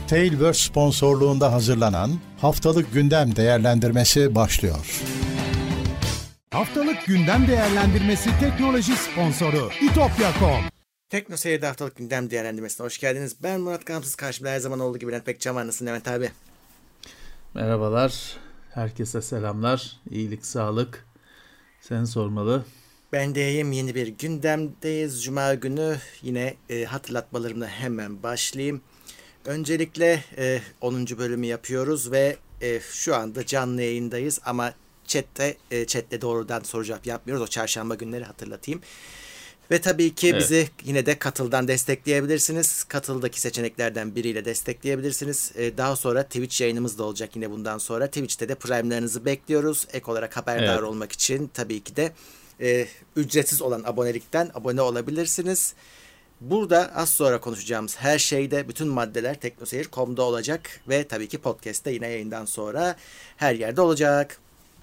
Tailverse sponsorluğunda hazırlanan Haftalık Gündem Değerlendirmesi başlıyor. Haftalık Gündem Değerlendirmesi teknoloji sponsoru itopya.com. Tekno Seyir'de Haftalık Gündem Değerlendirmesi'ne hoş geldiniz. Ben Murat Gamsız, karşımda her zaman olduğu gibi Levent Pekcan var. Nasılsın Levent abi? Merhabalar, herkese selamlar, iyilik, sağlık. Seni sormalı. Ben de iyiyim, yeni bir gündemdeyiz. Cuma günü yine hatırlatmalarımla hemen başlayayım. Öncelikle 10. bölümü yapıyoruz ve şu anda canlı yayındayız ama chatte doğrudan soru cevap yapmıyoruz. O çarşamba günleri hatırlatayım. Ve tabii ki bizi yine de Katıl'dan destekleyebilirsiniz. Katıl'daki seçeneklerden biriyle destekleyebilirsiniz. Daha sonra Twitch yayınımız da olacak yine bundan sonra. Twitch'te de Prime'larınızı bekliyoruz. Ek olarak haberdar olmak için tabii ki de ücretsiz olan abonelikten abone olabilirsiniz. Burada az sonra konuşacağımız her şeyde, bütün maddeler teknoseyir.com'da olacak ve tabii ki podcast'te yine yayından sonra her yerde olacak.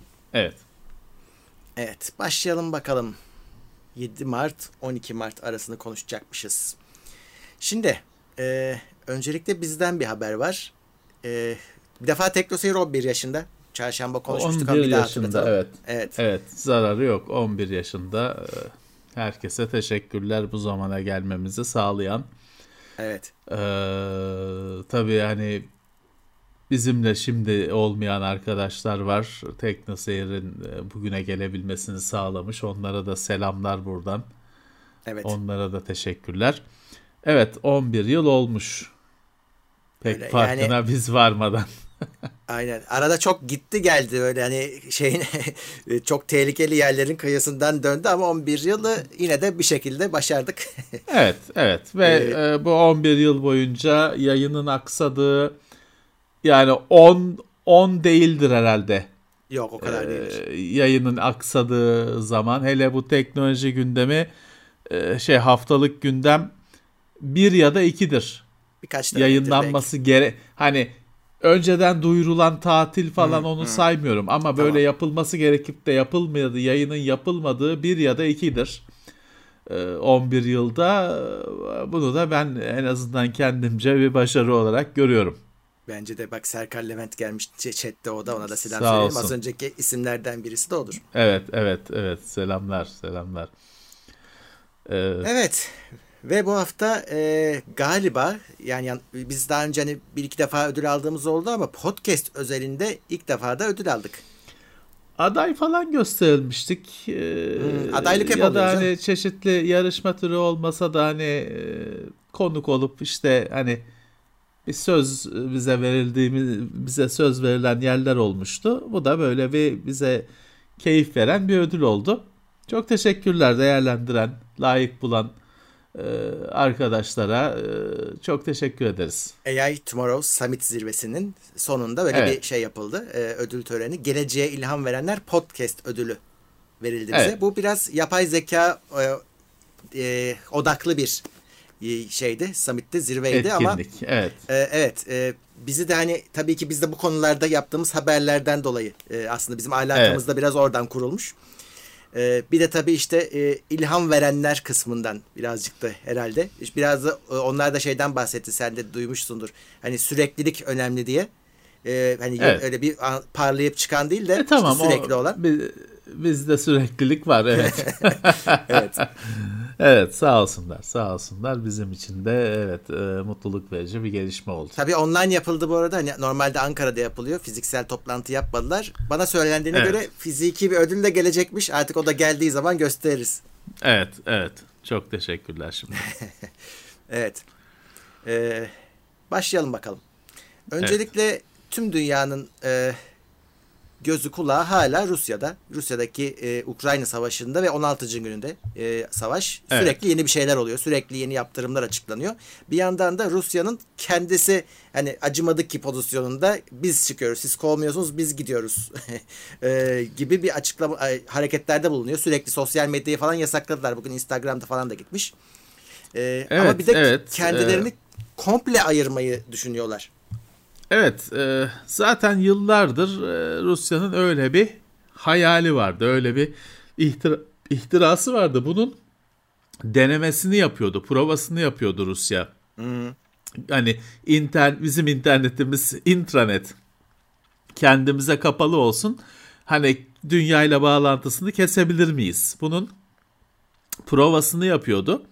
Evet, başlayalım bakalım. 7 Mart 12 Mart arasını konuşacakmışız. Şimdi öncelikle bizden bir haber var. Bir defa teknoseyir 11 yaşında. Çarşamba konuşmuştuk ama bir daha hatırlatalım. Evet, zararı yok. 11 yaşında. Herkese teşekkürler bu zamana gelmemizi sağlayan. Evet. Tabii hani bizimle şimdi olmayan arkadaşlar var. Teknoseyir'in bugüne gelebilmesini sağlamış. Onlara da selamlar buradan. Evet. Onlara da teşekkürler. Evet, 11 yıl olmuş. Pek öyle, farkına yani, biz varmadan. Aynen. Arada çok gitti geldi böyle hani çok tehlikeli yerlerin kıyısından döndü ama 11 yılı yine de bir şekilde başardık. Evet ve bu 11 yıl boyunca yayının aksadığı yani 10 değildir herhalde. Yok, o kadar değildir. Yayının aksadığı zaman, hele bu teknoloji gündemi haftalık gündem 1 ya da 2'dir. Birkaç yayınlanması hani önceden duyurulan tatil falan onu saymıyorum ama böyle yapılması gerekip de yapılmadığı, yayının yapılmadığı 1 ya da 2'dir. 11 yılda bunu da ben en azından kendimce bir başarı olarak görüyorum. Bence de bak, Serkan Levent gelmiş chatte, o da, ona da selam Sağ söyleyelim. olsun. Az önceki isimlerden birisi de odur. Evet, selamlar. Evet. Ve bu hafta galiba yani biz daha önce hani bir iki defa ödül aldığımız oldu ama podcast özelinde ilk defa da ödül aldık. Aday falan gösterilmiştik. Adaylık hep ya da oluyor hani çeşitli yarışma türü olmasa da hani konuk olup işte hani bir söz bize söz verilen yerler olmuştu. Bu da böyle bize keyif veren bir ödül oldu. Çok teşekkürler değerlendiren, layık bulan arkadaşlara çok teşekkür ederiz. AI Tomorrow Summit zirvesinin sonunda böyle bir şey yapıldı. Ödül töreni. Geleceğe ilham verenler podcast ödülü verildi bize. Evet. Bu biraz yapay zeka odaklı bir şeydi. Summit'te zirveydi. Etkinlik, ama evet. Bizi de hani tabii ki biz de bu konularda yaptığımız haberlerden dolayı aslında bizim alakamız da biraz oradan kurulmuş. Bir de tabii işte ilham verenler kısmından birazcık da herhalde. Biraz da onlar da şeyden bahsetti, sen de duymuşsundur. Hani süreklilik önemli diye. Hani öyle bir parlayıp çıkan değil de tamam, işte sürekli olan. Bizde süreklilik var, evet. Evet. Evet, sağ olsunlar. Bizim için de mutluluk verici bir gelişme oldu. Tabii online yapıldı bu arada. Hani normalde Ankara'da yapılıyor. Fiziksel toplantı yapmadılar. Bana söylendiğine göre fiziki bir ödül de gelecekmiş. Artık o da geldiği zaman gösteririz. Evet. Çok teşekkürler şimdi. Evet. Başlayalım bakalım. Öncelikle tüm dünyanın gözü kulağı hala Rusya'da. Rusya'daki Ukrayna Savaşı'nda ve 16. gününde savaş. Sürekli yeni bir şeyler oluyor. Sürekli yeni yaptırımlar açıklanıyor. Bir yandan da Rusya'nın kendisi hani acımadık ki pozisyonunda, biz çıkıyoruz, siz kovmuyorsunuz, biz gidiyoruz gibi bir açıklama, hareketlerde bulunuyor. Sürekli sosyal medyayı falan yasakladılar. Bugün Instagram'da falan da gitmiş. Ama bir de kendilerini komple ayırmayı düşünüyorlar. Evet, zaten yıllardır Rusya'nın öyle bir hayali vardı, öyle bir ihtirası vardı. Bunun denemesini yapıyordu, provasını yapıyordu Rusya. Hani bizim internetimiz intranet kendimize kapalı olsun. Hani dünyayla bağlantısını kesebilir miyiz? Bunun provasını yapıyordu.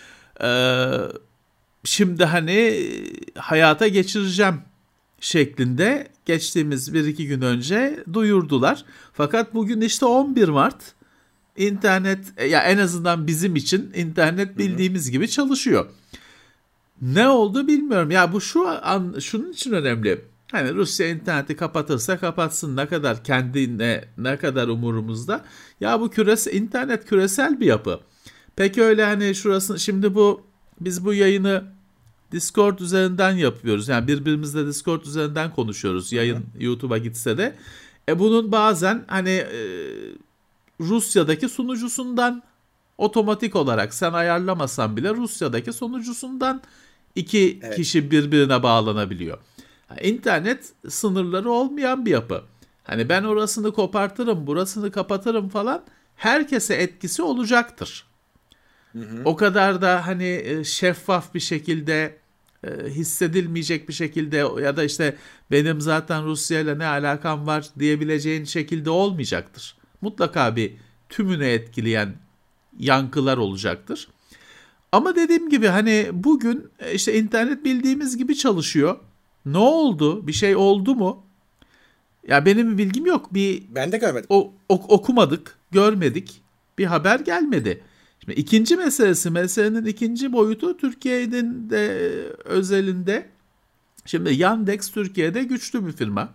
Şimdi hani hayata geçireceğim şeklinde geçtiğimiz 1-2 gün önce duyurdular. Fakat bugün işte 11 Mart internet, ya en azından bizim için internet bildiğimiz gibi çalışıyor. Ne oldu bilmiyorum. Ya bu şunun için önemli. Hani Rusya interneti kapatırsa kapatsın, ne kadar kendine, ne kadar umurumuzda. Ya bu internet küresel bir yapı. Peki öyle hani şimdi biz bu yayını Discord üzerinden yapıyoruz. Yani birbirimizle Discord üzerinden konuşuyoruz. Yayın YouTube'a gitse de. Bunun bazen hani Rusya'daki sunucusundan otomatik olarak sen ayarlamasan bile Rusya'daki sunucusundan iki kişi birbirine bağlanabiliyor. İnternet sınırları olmayan bir yapı. Hani ben orasını kopartırım, burasını kapatırım falan, herkese etkisi olacaktır. O kadar da hani şeffaf bir şekilde, hissedilmeyecek bir şekilde ya da işte benim zaten Rusya ile ne alakam var diyebileceğin şekilde olmayacaktır. Mutlaka bir tümünü etkileyen yankılar olacaktır. Ama dediğim gibi hani bugün işte internet bildiğimiz gibi çalışıyor. Ne oldu? Bir şey oldu mu? Ya benim bir bilgim yok. Ben de görmedim. Okumadık, görmedik. Bir haber gelmedi. Şimdi meselenin ikinci boyutu Türkiye'nin de özelinde. Şimdi Yandex Türkiye'de güçlü bir firma.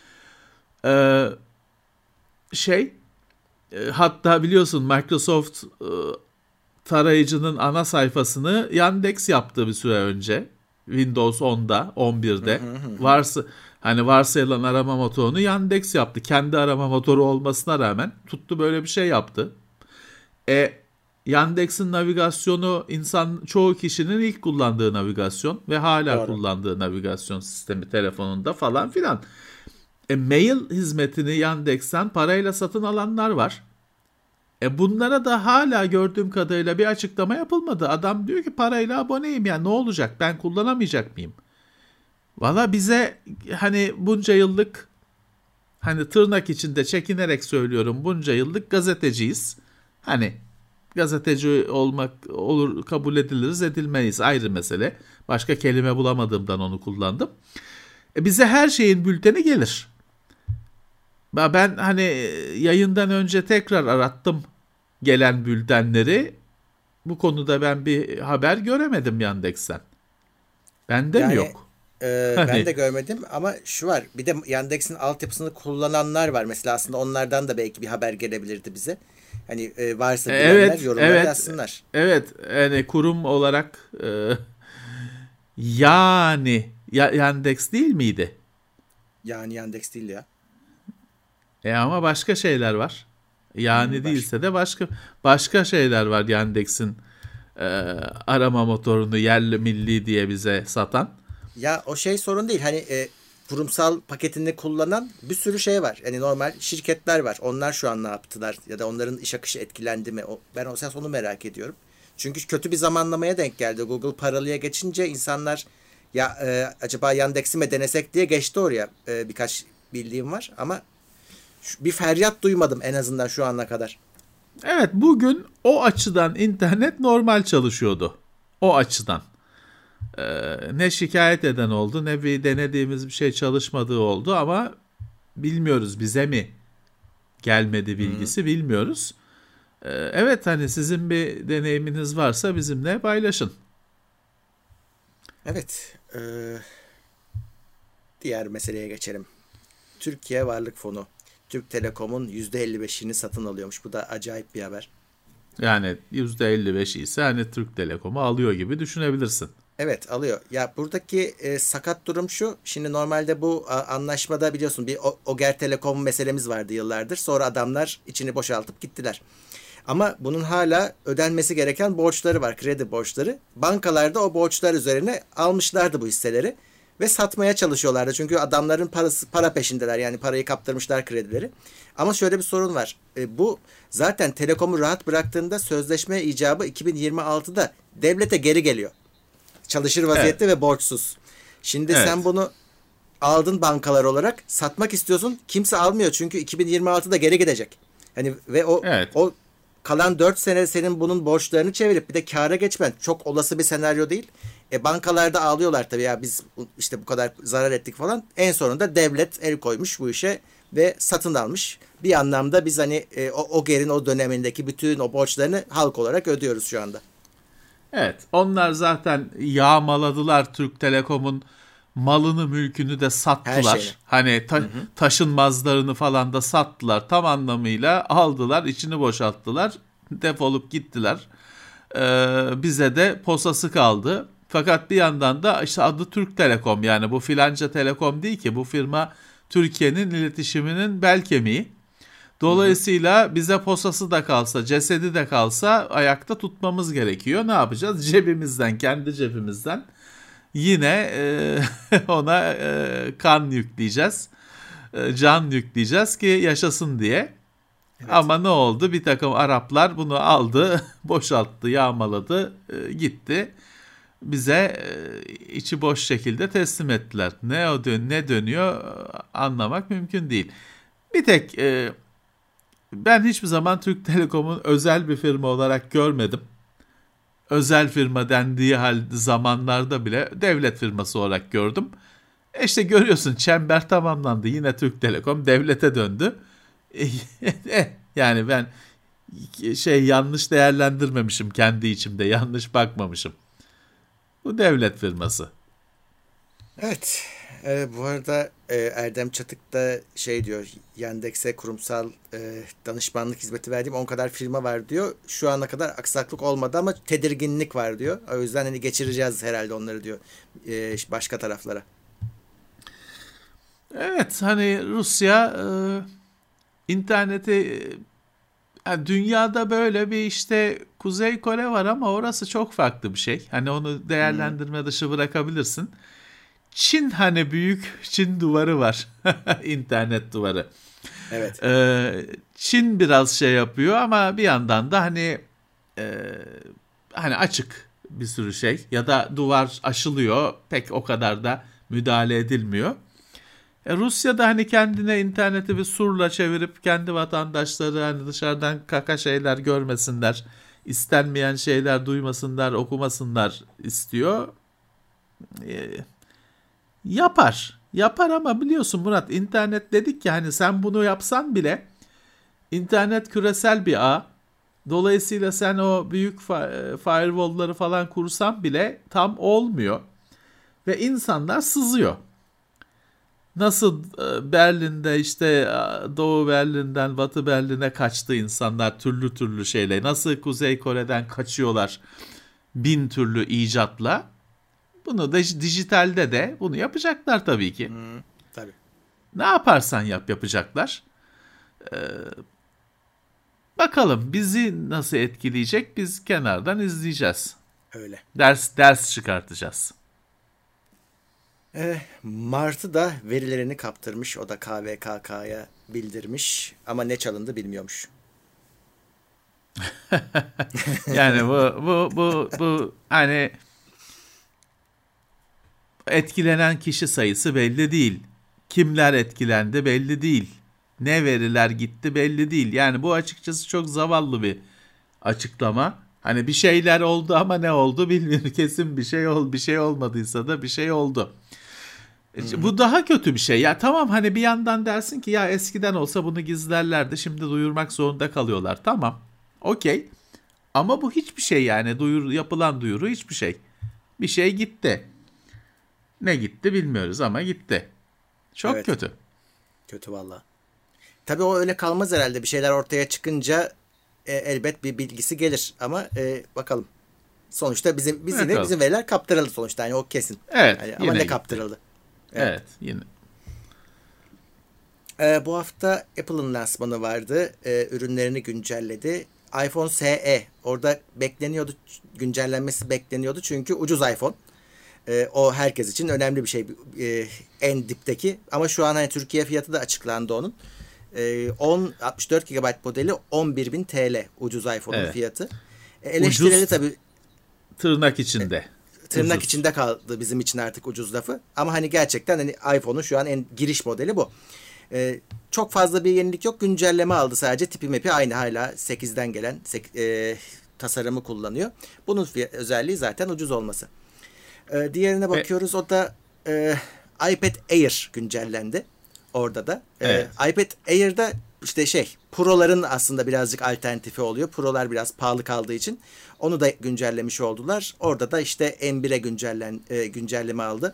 Hatta biliyorsun Microsoft tarayıcının ana sayfasını Yandex yaptı bir süre önce. Windows 10'da, 11'de. Varsayılan arama motorunu Yandex yaptı. Kendi arama motoru olmasına rağmen tuttu böyle bir şey yaptı. Yandex'in navigasyonu çoğu kişinin ilk kullandığı navigasyon ve hala kullandığı navigasyon sistemi telefonunda falan filan. Mail hizmetini Yandex'ten parayla satın alanlar var. Bunlara da hala gördüğüm kadarıyla bir açıklama yapılmadı. Adam diyor ki parayla aboneyim, ya ne olacak, ben kullanamayacak mıyım? Valla bize hani bunca yıllık, hani tırnak içinde çekinerek söylüyorum, bunca yıllık gazeteciyiz. Hani gazeteci olmak olur, kabul ediliriz edilmeyiz, ayrı mesele. Başka kelime bulamadığımdan onu kullandım. Bize her şeyin bülteni gelir. Ben hani yayından önce tekrar arattım gelen bültenleri. Bu konuda ben bir haber göremedim Yandex'ten. Bende mi yok? Ben de görmedim ama şu var. Bir de Yandex'in altyapısını kullananlar var. Mesela aslında onlardan da belki bir haber gelebilirdi bize. Hani varsa bilenler yorumlara yazsınlar. Evet. Yani kurum olarak Yandex değil miydi? Yani Yandex değil ya. Ama başka şeyler var. Değilse de başka şeyler var Yandex'in arama motorunu yerli milli diye bize satan. Ya o sorun değil. Hani kurumsal paketini kullanan bir sürü şey var. Yani normal şirketler var. Onlar şu an ne yaptılar? Ya da onların iş akışı etkilendi mi? Ben onu merak ediyorum. Çünkü kötü bir zamanlamaya denk geldi. Google paralıya geçince insanlar acaba Yandex'i mi denesek diye geçti oraya. Birkaç bildiğim var ama bir feryat duymadım en azından şu ana kadar. Evet, bugün o açıdan internet normal çalışıyordu. O açıdan. Ne şikayet eden oldu, ne bir denediğimiz bir şey çalışmadığı oldu ama bilmiyoruz, bize mi gelmedi bilgisi bilmiyoruz. Evet, hani sizin bir deneyiminiz varsa bizimle paylaşın. Evet. Diğer meseleye geçelim. Türkiye Varlık Fonu Türk Telekom'un %55'ini satın alıyormuş. Bu da acayip bir haber. Yani %55 ise hani Türk Telekom'u alıyor gibi düşünebilirsin. Evet, alıyor. Ya buradaki sakat durum şu. Şimdi normalde bu anlaşmada biliyorsun bir Oger Telekom meselemiz vardı yıllardır. Sonra adamlar içini boşaltıp gittiler. Ama bunun hala ödenmesi gereken borçları var. Kredi borçları. Bankalarda o borçlar üzerine almışlardı bu hisseleri. Ve satmaya çalışıyorlardı. Çünkü adamların para peşindeler. Yani parayı kaptırmışlar, kredileri. Ama şöyle bir sorun var. Bu zaten Telekom'u rahat bıraktığında sözleşme icabı 2026'da devlete geri geliyor. çalışır vaziyette ve borçsuz. Şimdi sen bunu aldın bankalar olarak, satmak istiyorsun. Kimse almıyor çünkü 2026'da geri gidecek. Hani ve o kalan 4 sene senin bunun borçlarını çevirip bir de kâra geçmen çok olası bir senaryo değil. Bankalarda ağlıyorlar tabii, ya biz işte bu kadar zarar ettik falan. En sonunda devlet el koymuş bu işe ve satın almış. Bir anlamda biz hani OGER'in o dönemindeki bütün o borçlarını halk olarak ödüyoruz şu anda. Evet, onlar zaten yağmaladılar Türk Telekom'un malını mülkünü de sattılar. Hani taşınmazlarını falan da sattılar. Tam anlamıyla aldılar, içini boşalttılar, defolup gittiler. Bize de posası kaldı. Fakat bir yandan da işte adı Türk Telekom, yani bu filanca Telekom değil ki, bu firma Türkiye'nin iletişiminin bel kemiği. Dolayısıyla bize posası da kalsa, cesedi de kalsa ayakta tutmamız gerekiyor. Ne yapacağız? Cebimizden, kendi cebimizden yine ona kan yükleyeceğiz, can yükleyeceğiz ki yaşasın diye. Evet. Ama ne oldu? Bir takım Araplar bunu aldı, boşalttı, yağmaladı, gitti. Bize içi boş şekilde teslim ettiler. Ne dönüyor anlamak mümkün değil. Bir tek ben hiçbir zaman Türk Telekom'un özel bir firma olarak görmedim. Özel firma dendiği zamanlarda bile devlet firması olarak gördüm. İşte görüyorsun, çember tamamlandı. Yine Türk Telekom devlete döndü. Yani ben yanlış değerlendirmemişim, kendi içimde yanlış bakmamışım. Bu devlet firması. Evet. Bu arada Erdem Çatık da diyor, Yandex'e kurumsal danışmanlık hizmeti verdiğim 10 kadar firma var diyor. Şu ana kadar aksaklık olmadı ama tedirginlik var diyor. O yüzden hani geçireceğiz herhalde onları diyor başka taraflara. Evet, hani Rusya interneti, dünyada böyle bir işte Kuzey Kore var ama orası çok farklı bir şey. Hani onu değerlendirme dışı bırakabilirsin. Çin, hani büyük Çin duvarı var. İnternet duvarı. Evet. Çin biraz yapıyor ama bir yandan da hani açık bir sürü şey ya da duvar aşılıyor. Pek o kadar da müdahale edilmiyor. Rusya da hani kendine interneti bir surla çevirip kendi vatandaşları hani dışarıdan kaka şeyler görmesinler, istenmeyen şeyler duymasınlar, okumasınlar istiyor. Yapar ama biliyorsun Murat, internet dedik ya, hani sen bunu yapsan bile internet küresel bir ağ. Dolayısıyla sen o büyük firewall'ları falan kursan bile tam olmuyor. Ve insanlar sızıyor. Nasıl Berlin'de işte Doğu Berlin'den Batı Berlin'e kaçtı insanlar türlü türlü şeyle. Nasıl Kuzey Kore'den kaçıyorlar 1000 türlü icatla. Bunu da dijitalde de bunu yapacaklar tabii ki. Tabii. Ne yaparsan yapacaklar. Bakalım bizi nasıl etkileyecek, biz kenardan izleyeceğiz. Öyle. Ders çıkartacağız. Martı da verilerini kaptırmış. O da KVKK'ya bildirmiş. Ama ne çalındı bilmiyormuş. Yani bu hani etkilenen kişi sayısı belli değil. Kimler etkilendi belli değil. Ne veriler gitti belli değil. Yani bu açıkçası çok zavallı bir açıklama. Hani bir şeyler oldu ama ne oldu bilmiyorum. Kesin bir şey olmadıysa da bir şey oldu. Bu daha kötü bir şey. Ya tamam, hani bir yandan dersin ki ya eskiden olsa bunu gizlerlerdi, şimdi duyurmak zorunda kalıyorlar. Tamam. Okey. Ama bu hiçbir şey yani. Yapılan duyuru hiçbir şey. Bir şey gitti. Ne gitti bilmiyoruz ama gitti. Çok kötü. Kötü valla. Tabii o öyle kalmaz herhalde. Bir şeyler ortaya çıkınca elbet bir bilgisi gelir. Ama bakalım. Sonuçta bizim veriler kaptırıldı sonuçta. Yani o kesin. Evet. Yani, ama ne kaptırıldı? Evet yine. Bu hafta Apple'ın lansmanı vardı. Ürünlerini güncelledi. iPhone SE. Orada güncellenmesi bekleniyordu. Çünkü ucuz iPhone. O herkes için önemli bir şey. En dipteki. Ama şu an hani Türkiye fiyatı da açıklandı onun. 64 GB modeli 11.000 TL ucuz iPhone'un fiyatı. Eleştirili ucuz, tabii. Tırnak içinde. tırnak ucuz. içinde kaldı bizim için artık ucuz lafı. Ama hani gerçekten hani iPhone'un şu an en giriş modeli bu. Çok fazla bir yenilik yok. Güncelleme aldı sadece. Tipi mepi aynı, hala 8'den gelen tasarımı kullanıyor. Bunun özelliği zaten ucuz olması. Diğerine bakıyoruz. O da iPad Air güncellendi. Orada da. Evet. iPad Air'da işte Pro'ların aslında birazcık alternatifi oluyor. Pro'lar biraz pahalı kaldığı için onu da güncellemiş oldular. Orada da işte M1'e güncelleme aldı.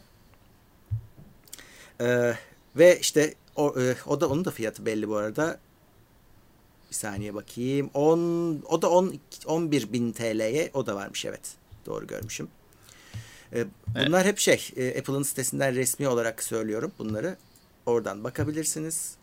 Ve işte o da, onun da fiyatı belli bu arada. Bir saniye bakayım. O da 11.000 TL'ye o da varmış, evet. Doğru görmüşüm. Bunlar hep Apple'ın sitesinden resmi olarak söylüyorum bunları. Oradan bakabilirsiniz.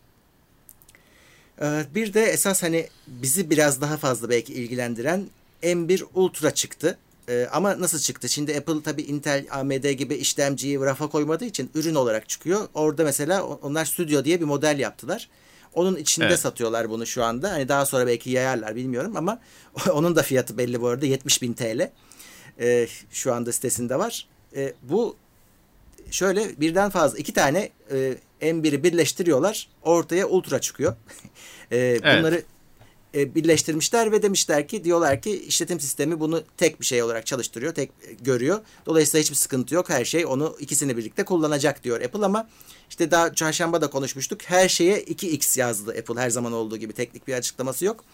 Bir de esas hani bizi biraz daha fazla belki ilgilendiren M1 Ultra çıktı. Ama nasıl çıktı? Şimdi Apple tabii Intel, AMD gibi işlemciyi rafa koymadığı için ürün olarak çıkıyor. Orada mesela onlar Studio diye bir model yaptılar. Onun içinde satıyorlar bunu şu anda. Hani daha sonra belki yayarlar, bilmiyorum ama onun da fiyatı belli bu arada, 70.000 TL. Şu anda sitesinde var. Bu şöyle birden fazla 2 tane M1'i birleştiriyorlar. Ortaya Ultra çıkıyor. Bunları birleştirmişler ve demişler ki, diyorlar ki işletim sistemi bunu tek bir şey olarak çalıştırıyor, tek görüyor. Dolayısıyla hiçbir sıkıntı yok. Her şey onu, ikisini birlikte kullanacak diyor Apple, ama işte daha çarşamba da konuşmuştuk. Her şeye 2x yazdı Apple, her zaman olduğu gibi teknik bir açıklaması yok.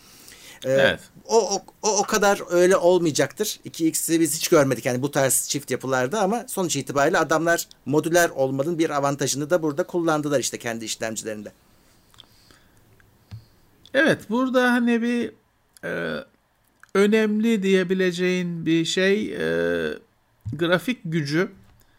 O kadar öyle olmayacaktır. 2x'i biz hiç görmedik yani bu tarz çift yapılarda, ama sonuç itibariyle adamlar modüler olmanın bir avantajını da burada kullandılar işte kendi işlemcilerinde. Evet, burada hani bir önemli diyebileceğin bir şey grafik gücü.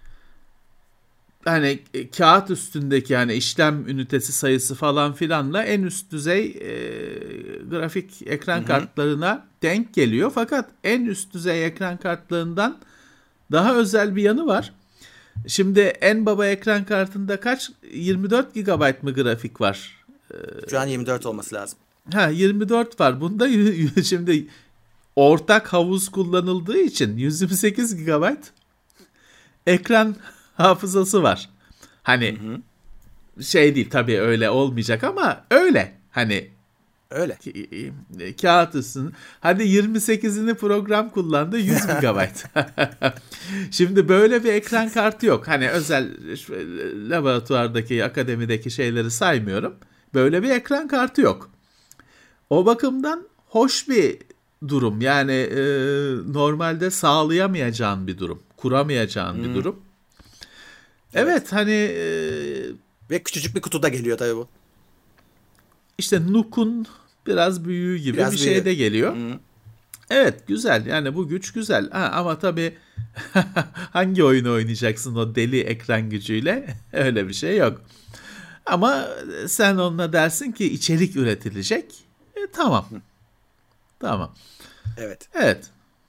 Hani kağıt üstündeki yani işlem ünitesi sayısı falan filanla en üst düzey grafik ekran kartlarına denk geliyor. Fakat en üst düzey ekran kartlarından daha özel bir yanı var. Şimdi en baba ekran kartında kaç? 24 GB mı grafik var? Şu an 24 olması lazım. 24 var. Bunda şimdi ortak havuz kullanıldığı için 128 GB ekran hafızası var. Hani değil tabii, öyle olmayacak ama öyle. Hani öyle. Kağıt üstünde. Hadi 28'ini program kullandı, 100 GB. Şimdi böyle bir ekran kartı yok. Hani özel laboratuvardaki, akademideki şeyleri saymıyorum. Böyle bir ekran kartı yok. O bakımdan hoş bir durum. Yani normalde sağlayamayacağın bir durum. Kuramayacağın bir durum. Evet hani... Ve küçücük bir kutuda geliyor tabii bu. İşte Nook'un biraz büyüğü gibi biraz bir şey de geliyor. Evet, güzel. Yani bu güç güzel. Ama tabii hangi oyunu oynayacaksın o deli ekran gücüyle? Öyle bir şey yok. Ama sen onunla dersin ki içerik üretilecek. Tamam. Tamam. Evet.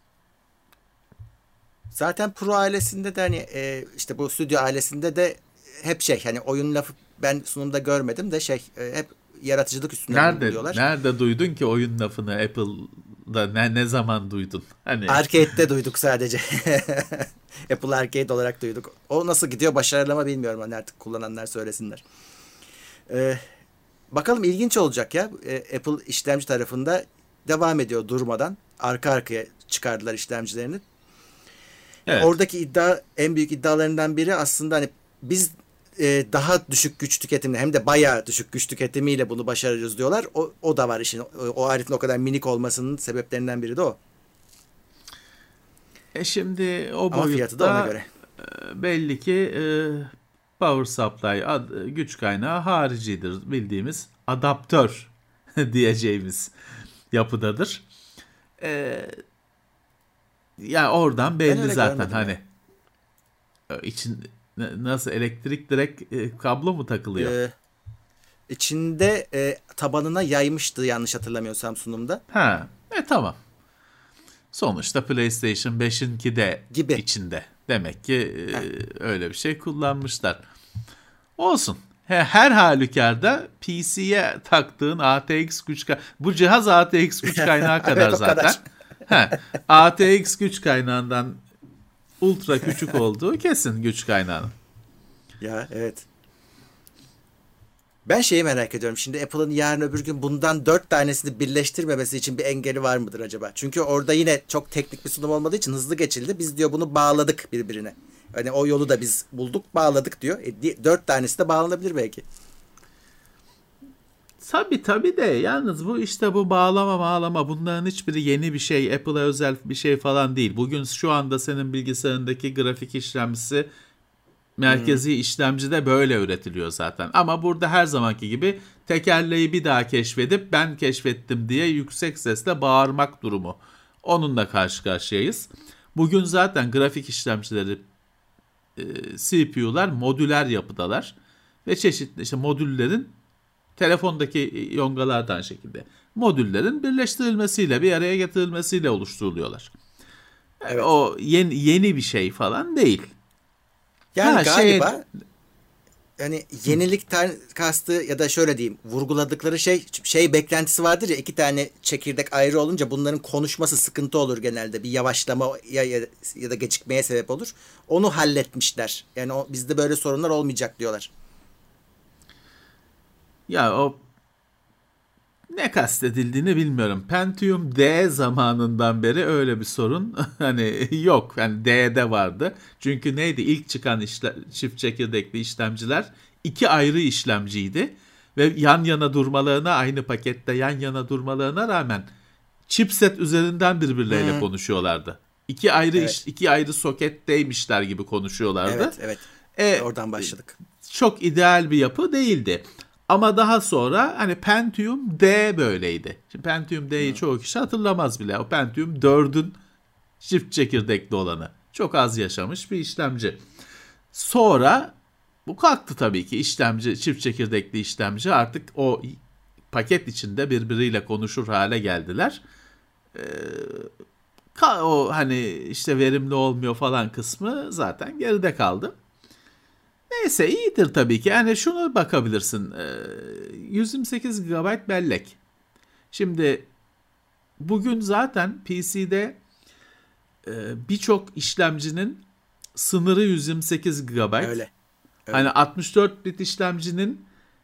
Zaten Pro ailesinde de hani işte bu stüdyo ailesinde de hep hani oyun lafı ben sunumda görmedim de hep yaratıcılık üstüne vurguluyorlar. Nerede duydun ki oyun lafını Apple'da ne zaman duydun? Hani Arcade'de duyduk sadece. Apple Arcade olarak duyduk. O nasıl gidiyor başarılı mı bilmiyorum, hani artık kullananlar söylesinler. Bakalım, ilginç olacak ya. Apple işlemci tarafında devam ediyor durmadan. Arka arkaya çıkardılar işlemcilerini. Evet. Oradaki en büyük iddialarından biri aslında hani biz daha düşük güç tüketimle, hem de bayağı düşük güç tüketimiyle bunu başarırız diyorlar. O da var işin. O aletin o kadar minik olmasının sebeplerinden biri de o. Şimdi o ama fiyatı da ona göre. Belli ki power supply güç kaynağı haricidir. Bildiğimiz adaptör diyeceğimiz yapıdadır. Yani oradan belli zaten hani için nasıl elektrik direkt kablo mu takılıyor? İçinde tabanına yaymıştı yanlış hatırlamıyorsam sunumda. Tamam. Sonuçta PlayStation 5'inki de gibi içinde. Demek ki öyle bir şey kullanmışlar. Olsun. Her halükarda PC'ye taktığın ATX güç bu cihaz ATX güç kaynağı kadar zaten. ATX güç kaynağından ultra küçük olduğu kesin güç kaynağının. Ya evet. Ben şeyi merak ediyorum. Şimdi Apple'ın yarın öbür gün bundan 4 tanesini birleştirmemesi için bir engeli var mıdır acaba? Çünkü orada yine çok teknik bir sunum olmadığı için hızlı geçildi. Biz diyor bunu bağladık birbirine. Hani o yolu da biz bulduk, bağladık diyor. 4 tanesi de bağlanabilir belki. Tabii de yalnız bu işte bu bağlama bunların hiçbiri yeni bir şey, Apple'a özel bir şey falan değil. Bugün şu anda senin bilgisayarındaki grafik işlemcisi merkezi işlemcide böyle üretiliyor zaten. Ama burada her zamanki gibi tekerleği bir daha keşfedip ben keşfettim diye yüksek sesle bağırmak durumu. Onunla karşı karşıyayız. Bugün zaten grafik işlemcileri CPU'lar modüler yapıdalar ve çeşitli işte modüllerin telefondaki yongalardan şekilde modüllerin birleştirilmesiyle bir araya getirilmesiyle oluşturuluyorlar. Evet. O yeni bir şey falan değil. Yani galiba yani yenilikten kastı ya da şöyle diyeyim vurguladıkları şey beklentisi vardır ya 2 tane çekirdek ayrı olunca bunların konuşması sıkıntı olur genelde. Bir yavaşlama ya da gecikmeye sebep olur. Onu halletmişler. Yani bizde böyle sorunlar olmayacak diyorlar. Ya o ne kastedildiğini bilmiyorum. Pentium D zamanından beri öyle bir sorun hani yok. Yani D'de vardı. Çünkü neydi? İlk çıkan çift çekirdekli işlemciler 2 ayrı işlemciydi. Ve yan yana durmalarına, aynı pakette yan yana durmalarına rağmen chipset üzerinden birbirleriyle konuşuyorlardı. 2 ayrı iki ayrı soketteymişler gibi konuşuyorlardı. Evet. Oradan başladık. Çok ideal bir yapı değildi. Ama daha sonra hani Pentium D böyleydi. Şimdi Pentium D'yi çoğu kişi hatırlamaz bile. O Pentium 4'ün çift çekirdekli olanı. Çok az yaşamış bir işlemci. Sonra bu kalktı tabii ki çift çekirdekli işlemci artık o paket içinde birbiriyle konuşur hale geldiler. O hani işte verimli olmuyor falan kısmı zaten geride kaldı. Neyse iyidir tabii ki. Yani şunu bakabilirsin. 128 GB bellek. Şimdi bugün zaten PC'de birçok işlemcinin sınırı 128 GB. Öyle. Hani 64 bit işlemcinin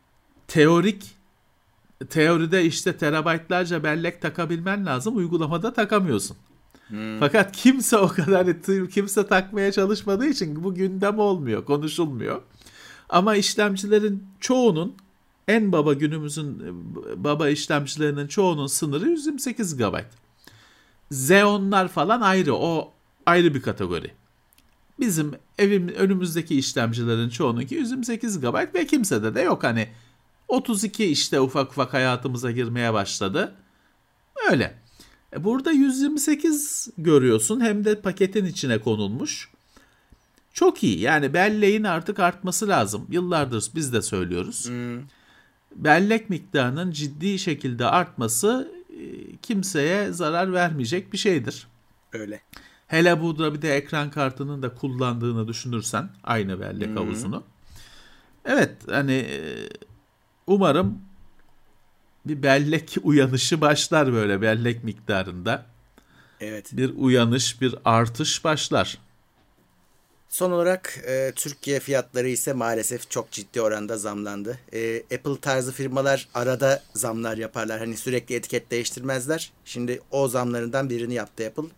teoride işte terabaytlarca bellek takabilmen lazım. Uygulamada takamıyorsun. Fakat kimse takmaya çalışmadığı için bu gündem olmuyor, konuşulmuyor. Ama işlemcilerin çoğunun günümüzün baba işlemcilerinin çoğunun sınırı 128 GB. Xeon'lar falan ayrı, o ayrı bir kategori. Bizim önümüzdeki işlemcilerin çoğununki 128 GB ve kimsede de yok hani 32 işte ufak hayatımıza girmeye başladı. Öyle. Burada 128 görüyorsun hem de paketin içine konulmuş. Çok iyi yani belleğin artık artması lazım. Yıllardır biz de söylüyoruz. Bellek miktarının ciddi şekilde artması kimseye zarar vermeyecek bir şeydir. Öyle. Hele burada bir de ekran kartının da kullandığını düşünürsen aynı bellek havuzunu. Evet hani umarım bir bellek uyanışı başlar böyle bellek miktarında. Evet. Bir uyanış, bir artış başlar. Son olarak Türkiye fiyatları ise maalesef çok ciddi oranda zamlandı. Apple tarzı firmalar arada zamlar yaparlar. Hani sürekli etiket değiştirmezler. Şimdi o zamlarından birini yaptı Apple.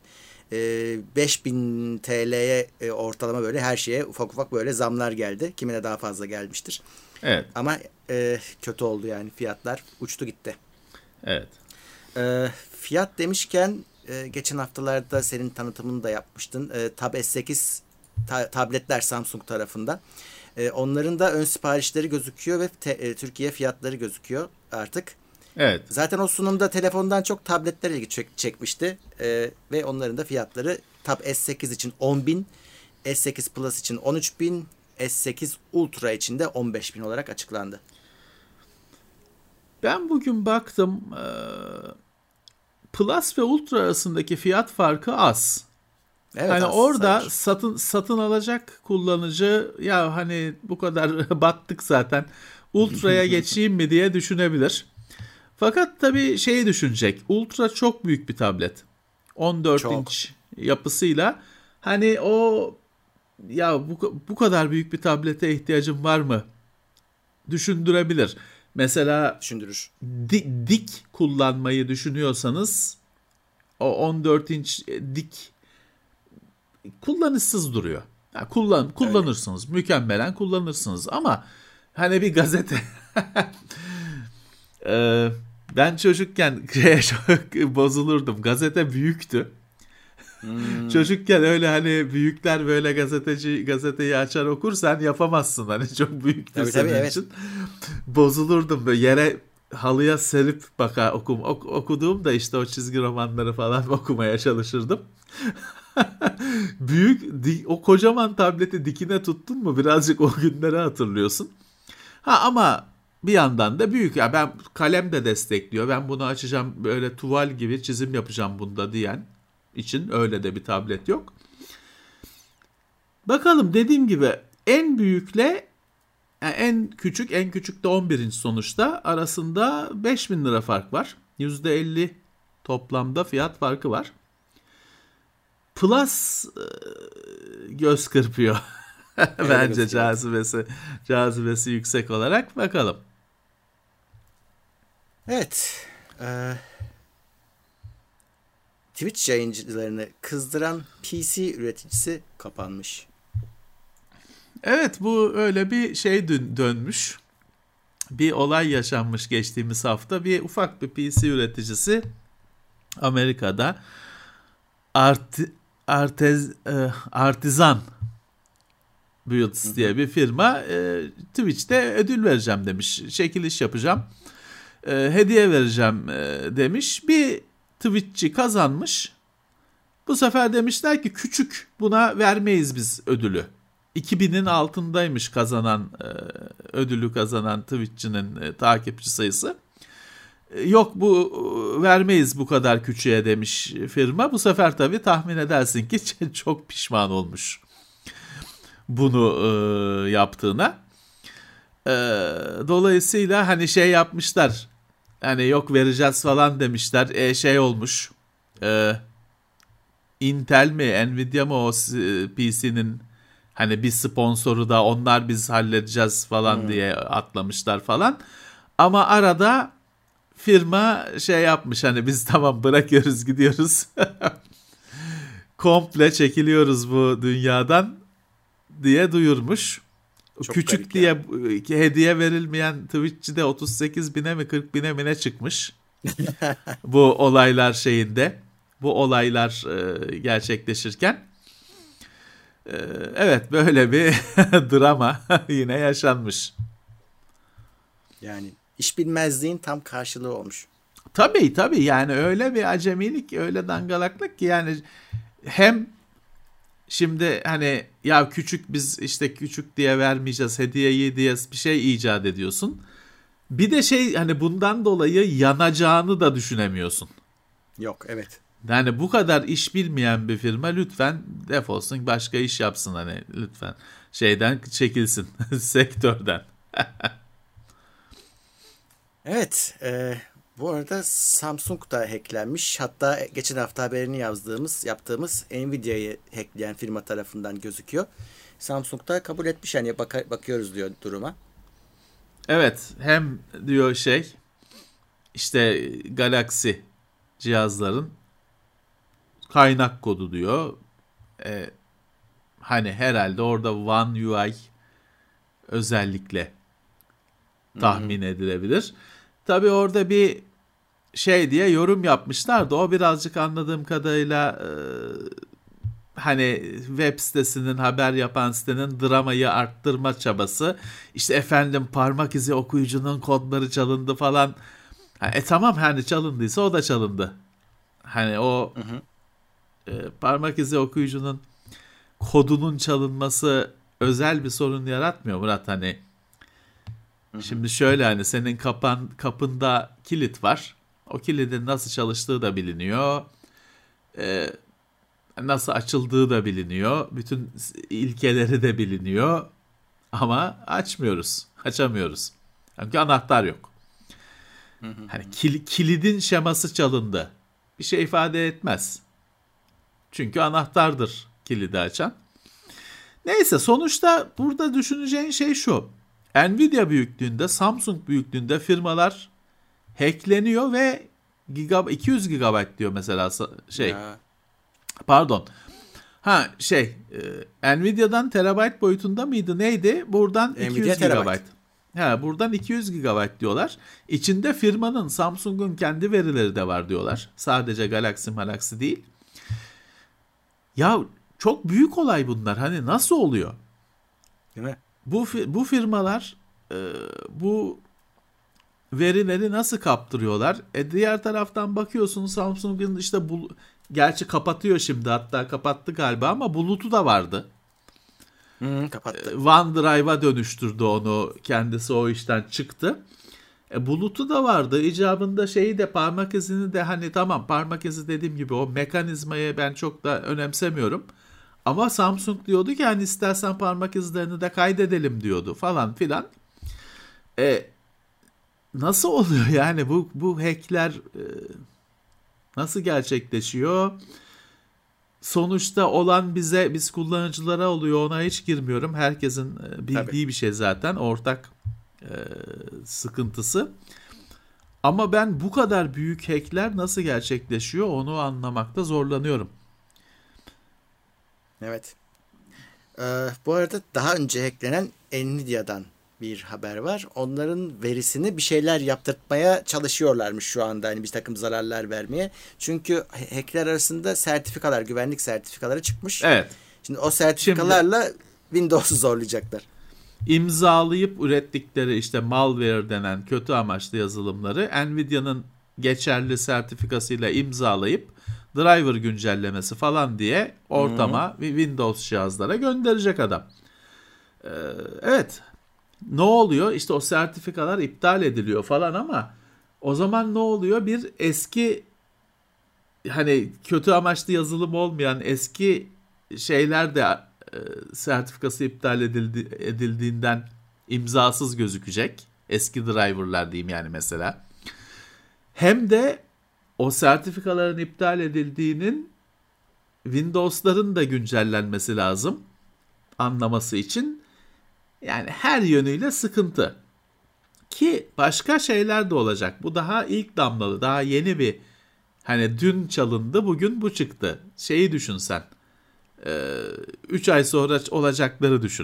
5000 TL'ye ortalama böyle her şeye ufak böyle zamlar geldi. Kimine daha fazla gelmiştir. Evet. Ama kötü oldu yani fiyatlar uçtu gitti. Evet. Fiyat demişken geçen haftalarda senin tanıtımını da yapmıştın. Tab S8 tabletler Samsung tarafından. Onların da ön siparişleri gözüküyor ve Türkiye fiyatları gözüküyor artık. Evet. Zaten o sunumda telefondan çok tabletler ilgi çekmişti. Ve onların da fiyatları Tab S8 için 10.000, S8 Plus için 13.000, S8 Ultra için de 15.000 olarak açıklandı. Ben bugün baktım Plus ve Ultra arasındaki fiyat farkı az. Evet, hani orada sanki satın alacak kullanıcı ya hani bu kadar battık zaten Ultra'ya geçeyim mi diye düşünebilir. Fakat tabii düşünecek. Ultra çok büyük bir tablet. 14 inç yapısıyla hani o ya bu kadar büyük bir tablete ihtiyacım var mı düşündürebilir. Mesela Düşündürür. dik kullanmayı düşünüyorsanız o 14 inç dik kullanışsız duruyor. Ya kullanırsınız. Mükemmelen kullanırsınız ama hani bir gazete ben çocukken çok bozulurdum. Gazete büyüktü. Çocukken öyle hani büyükler böyle gazeteyi açar okursan yapamazsın. Hani çok büyüktür senin için. Bozulurdum böyle yere halıya serip okuduğum da işte o çizgi romanları falan okumaya çalışırdım. O kocaman tableti dikine tuttun mu birazcık o günleri hatırlıyorsun. Ama bir yandan da büyük. Ya ben kalem de destekliyor. Ben bunu açacağım böyle tuval gibi çizim yapacağım bunda diyen için öyle de bir tablet yok. Bakalım dediğim gibi en büyükle yani en küçük de 11 inç sonuçta arasında 5.000 lira fark var. %50 toplamda fiyat farkı var. Plus göz kırpıyor. Bence cazibesi yüksek olarak bakalım. Evet. Twitch yayıncılarını kızdıran PC üreticisi kapanmış. Evet, bu öyle bir şey dönmüş. Bir olay yaşanmış geçtiğimiz hafta. Bir ufak bir PC üreticisi Amerika'da Artisan Builds diye bir firma Twitch'te ödül vereceğim demiş. Çekiliş yapacağım. Hediye vereceğim demiş. Bir Twitch'çi kazanmış. Bu sefer demişler ki küçük, buna vermeyiz biz ödülü. 2000'in altındaymış ödülü kazanan Twitch'çinin takipçi sayısı. Yok bu vermeyiz bu kadar küçüğe demiş firma. Bu sefer tabii tahmin edersin ki çok pişman olmuş bunu yaptığına. Dolayısıyla hani şey yapmışlar. Hani yok vereceğiz falan demişler. Şey olmuş. Intel mi Nvidia mı o PC'nin hani bir sponsoru da onlar biz halledeceğiz falan diye atlamışlar falan. Ama arada firma şey yapmış hani biz tamam bırakıyoruz gidiyoruz. Komple çekiliyoruz bu dünyadan diye duyurmuş. Çok küçük diye hediye verilmeyen Twitch'de 38.000'e mi 40.000'e mi ne çıkmış. Bu olaylar şeyinde. Bu olaylar gerçekleşirken. Evet böyle bir drama yine yaşanmış. Yani iş bilmezliğin tam karşılığı olmuş. Tabii yani öyle bir acemilik, öyle dangalaklık ki yani hem şimdi hani ya küçük biz işte küçük diye vermeyeceğiz hediyeyi diye bir şey icat ediyorsun. Bir de şey hani bundan dolayı yanacağını da düşünemiyorsun. Yok evet. Yani bu kadar iş bilmeyen bir firma lütfen defolsun başka iş yapsın hani lütfen şeyden çekilsin sektörden. Evet. Bu arada Samsung da hacklenmiş. Hatta geçen hafta haberini yaptığımız Nvidia'yı hackleyen firma tarafından gözüküyor. Samsung da kabul etmiş yani bakıyoruz diyor duruma. Evet hem diyor işte Galaxy cihazların kaynak kodu diyor. Hani herhalde orada One UI özellikle tahmin edilebilir. Tabii orada bir şey diye yorum yapmışlar da o birazcık anladığım kadarıyla hani web sitesinin haber yapan sitenin dramayı arttırma çabası. İşte efendim parmak izi okuyucunun kodları çalındı falan. Tamam hani çalındıysa o da çalındı. Hani o parmak izi okuyucunun kodunun çalınması özel bir sorun yaratmıyor Murat hani. Şimdi şöyle hani senin kapında kilit var. O kilidin nasıl çalıştığı da biliniyor. Nasıl açıldığı da biliniyor. Bütün ilkeleri de biliniyor. Ama açamıyoruz. Çünkü anahtar yok. Hani kilidin şeması çalındı. Bir şey ifade etmez. Çünkü anahtardır kilidi açan. Neyse, sonuçta burada düşüneceğin şey şu. Nvidia büyüklüğünde, Samsung büyüklüğünde firmalar hackleniyor ve 200 GB diyor mesela Ya. Pardon. Nvidia'dan terabayt boyutunda mıydı neydi? Buradan Nvidia 200 terabayt. GB. Buradan 200 GB diyorlar. İçinde firmanın, Samsung'un kendi verileri de var diyorlar. Sadece Galaxy değil. Ya çok büyük olay bunlar. Hani nasıl oluyor? Değil mi? Bu firmalar bu verileri nasıl kaptırıyorlar? Diğer taraftan bakıyorsun, Samsung'un işte gerçi kapatıyor şimdi, hatta kapattı galiba, ama bulutu da vardı. Kapattı. OneDrive'a dönüştürdü onu. Kendisi o işten çıktı. Bulutu da vardı. İcabında şeyi de, parmak izini de, hani tamam, parmak izi dediğim gibi o mekanizmayı ben çok da önemsemiyorum. Ama Samsung diyordu ki hani istersen parmak izlerini de kaydedelim diyordu falan filan. Nasıl oluyor yani bu hackler nasıl gerçekleşiyor? Sonuçta olan biz kullanıcılara oluyor, ona hiç girmiyorum. Herkesin bildiği Tabii. bir şey zaten, ortak sıkıntısı. Ama ben bu kadar büyük hackler nasıl gerçekleşiyor onu anlamakta zorlanıyorum. Evet. Bu arada daha önce hacklenen Nvidia'dan bir haber var. Onların verisini bir şeyler yaptırtmaya çalışıyorlarmış şu anda. Hani bir takım zararlar vermeye. Çünkü hackler arasında sertifikalar, güvenlik sertifikaları çıkmış. Evet. Şimdi o sertifikalarla Windows'u zorlayacaklar. İmzalayıp ürettikleri işte malware denen kötü amaçlı yazılımları Nvidia'nın geçerli sertifikasıyla imzalayıp driver güncellemesi falan diye ortama Windows cihazlara gönderecek adam. Evet. Ne oluyor? İşte o sertifikalar iptal ediliyor falan, ama o zaman ne oluyor? Bir eski, hani kötü amaçlı yazılım olmayan eski şeyler de sertifikası iptal edildiğinden imzasız gözükecek. Eski driverlar diyeyim yani mesela. Hem de o sertifikaların iptal edildiğinin Windows'ların da güncellenmesi lazım anlaması için. Yani her yönüyle sıkıntı. Ki başka şeyler de olacak. Bu daha ilk damlalı, daha yeni bir, hani dün çalındı, bugün bu çıktı. Şeyi düşün sen. 3 ay sonra olacakları düşün.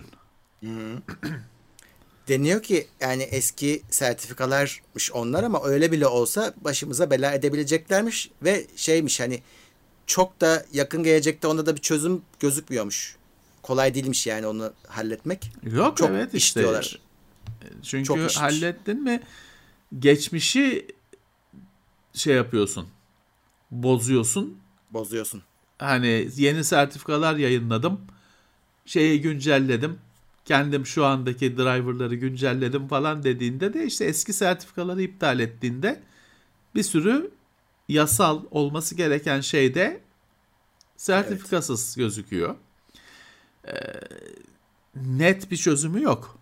Deniyor ki yani eski sertifikalarmış onlar, ama öyle bile olsa başımıza bela edebileceklermiş ve şeymiş, hani çok da yakın gelecekte onda da bir çözüm gözükmüyormuş. Kolay değilmiş yani onu halletmek. Yok, çok evet iş işte. diyorlar. Çünkü Çok işmiş. hallettin mi geçmişi şey yapıyorsun. Bozuyorsun. Bozuyorsun. Hani yeni sertifikalar yayınladım. Şeyi güncelledim. Kendim şu andaki driverları güncelledim falan dediğinde de işte eski sertifikaları iptal ettiğinde bir sürü yasal olması gereken şey de sertifikasız gözüküyor. Net bir çözümü yok.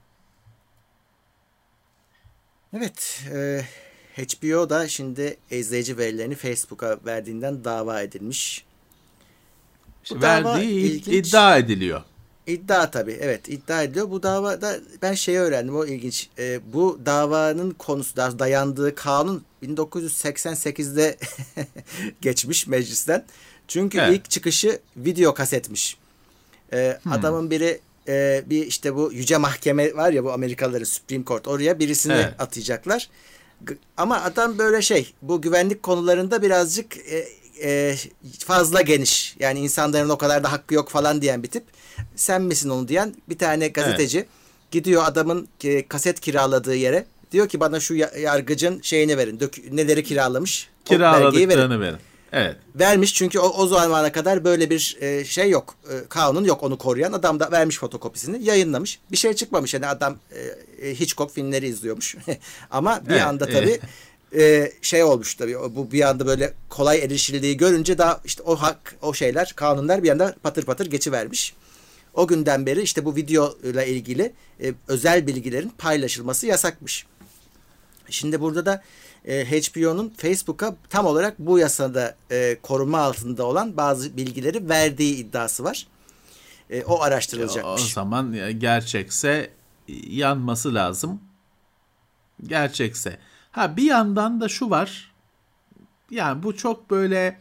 Evet. HBO da şimdi izleyici verilerini Facebook'a verdiğinden dava edilmiş. Bu dava Verdiği ilginç. iddia ediliyor. İddia tabii. Evet, iddia ediliyor. Bu davada ben şeyi öğrendim. O ilginç. Bu davanın konusu, dayandığı kanun 1988'de geçmiş meclisten. Çünkü ilk çıkışı video kasetmiş. Adamın biri bir işte bu yüce mahkeme var ya, bu Amerikalıların Supreme Court, oraya birisini atayacaklar. Ama adam böyle bu güvenlik konularında birazcık fazla geniş. Yani insanların o kadar da hakkı yok falan diyen bir tip. Sen misin onu diyen bir tane gazeteci gidiyor adamın kaset kiraladığı yere. Diyor ki bana şu yargıcın şeyini verin. Neleri kiralamış? Kiraladıklarını verin. Evet. Vermiş çünkü o zamana kadar böyle bir şey yok. Kanun yok onu koruyan. Adam da vermiş fotokopisini, yayınlamış. Bir şey çıkmamış. Yani adam Hitchcock filmleri izliyormuş. Ama bir anda tabii şey olmuş tabii. Bu bir anda böyle kolay erişildiği görünce daha işte o şeyler, kanunlar bir anda patır patır geçivermiş. O günden beri işte bu video ile ilgili özel bilgilerin paylaşılması yasakmış. Şimdi burada da HBO'nun Facebook'a tam olarak bu yasada koruma altında olan bazı bilgileri verdiği iddiası var. O O araştırılacakmış. zaman gerçekse yanması lazım. Gerçekse. Ha, bir yandan da şu var. Yani bu çok böyle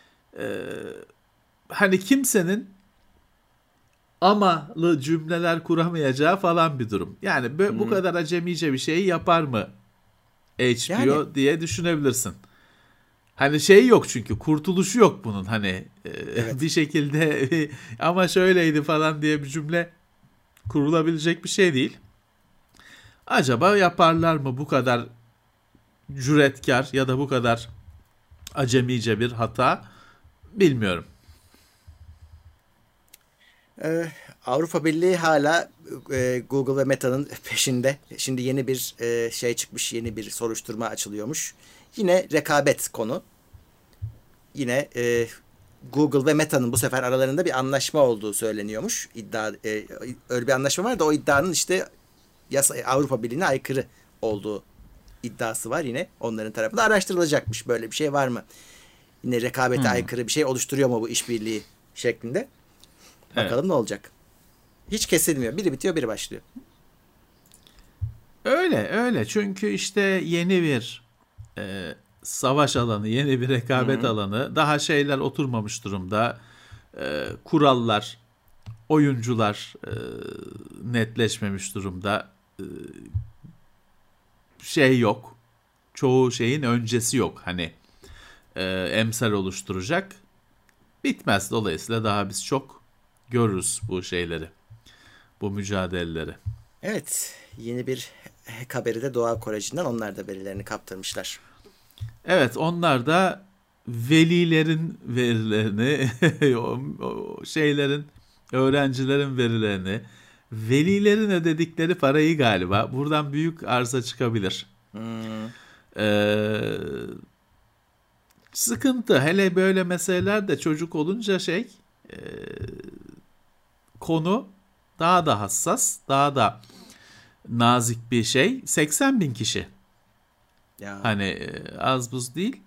hani kimsenin amalı cümleler kuramayacağı falan bir durum. Yani bu kadar acemice bir şeyi yapar mı Yani HBO diye düşünebilirsin. Hani şey yok, çünkü kurtuluşu yok bunun, hani evet. bir şekilde ama şöyleydi falan diye bir cümle kurulabilecek bir şey değil. Acaba yaparlar mı bu kadar cüretkar ya da bu kadar acemice bir hata, bilmiyorum. Avrupa Birliği hala Google ve Meta'nın peşinde. Şimdi yeni bir şey çıkmış, yeni bir soruşturma açılıyormuş. Yine rekabet konu. Yine Google ve Meta'nın bu sefer aralarında bir anlaşma olduğu söyleniyormuş. Öyle bir anlaşma var da o iddianın işte Avrupa Birliği'ne aykırı olduğu iddiası var yine. Onların tarafında araştırılacakmış, böyle bir şey var mı? Yine rekabete aykırı bir şey oluşturuyor mu bu işbirliği şeklinde. Evet. Bakalım ne olacak. Hiç kesilmiyor. Biri bitiyor, biri başlıyor. Öyle çünkü işte yeni bir savaş alanı, yeni bir rekabet alanı, daha şeyler oturmamış durumda. Kurallar, oyuncular netleşmemiş durumda. Şey yok. Çoğu şeyin öncesi yok. Hani emsal oluşturacak. Bitmez. Dolayısıyla daha biz çok görürüz bu şeyleri. Bu mücadeleleri. Evet. Yeni bir hack haberi de Doğa Koleji'nden, onlar da verilerini kaptırmışlar. Evet, onlar da velilerin verilerini, o şeylerin, öğrencilerin verilerini, velilerin ödedikleri parayı galiba buradan büyük arıza çıkabilir. Ee, Sıkıntı. Hele böyle meseleler de çocuk olunca konu daha da hassas, daha da nazik bir şey. 80 bin kişi. Ya. Hani az buz değil.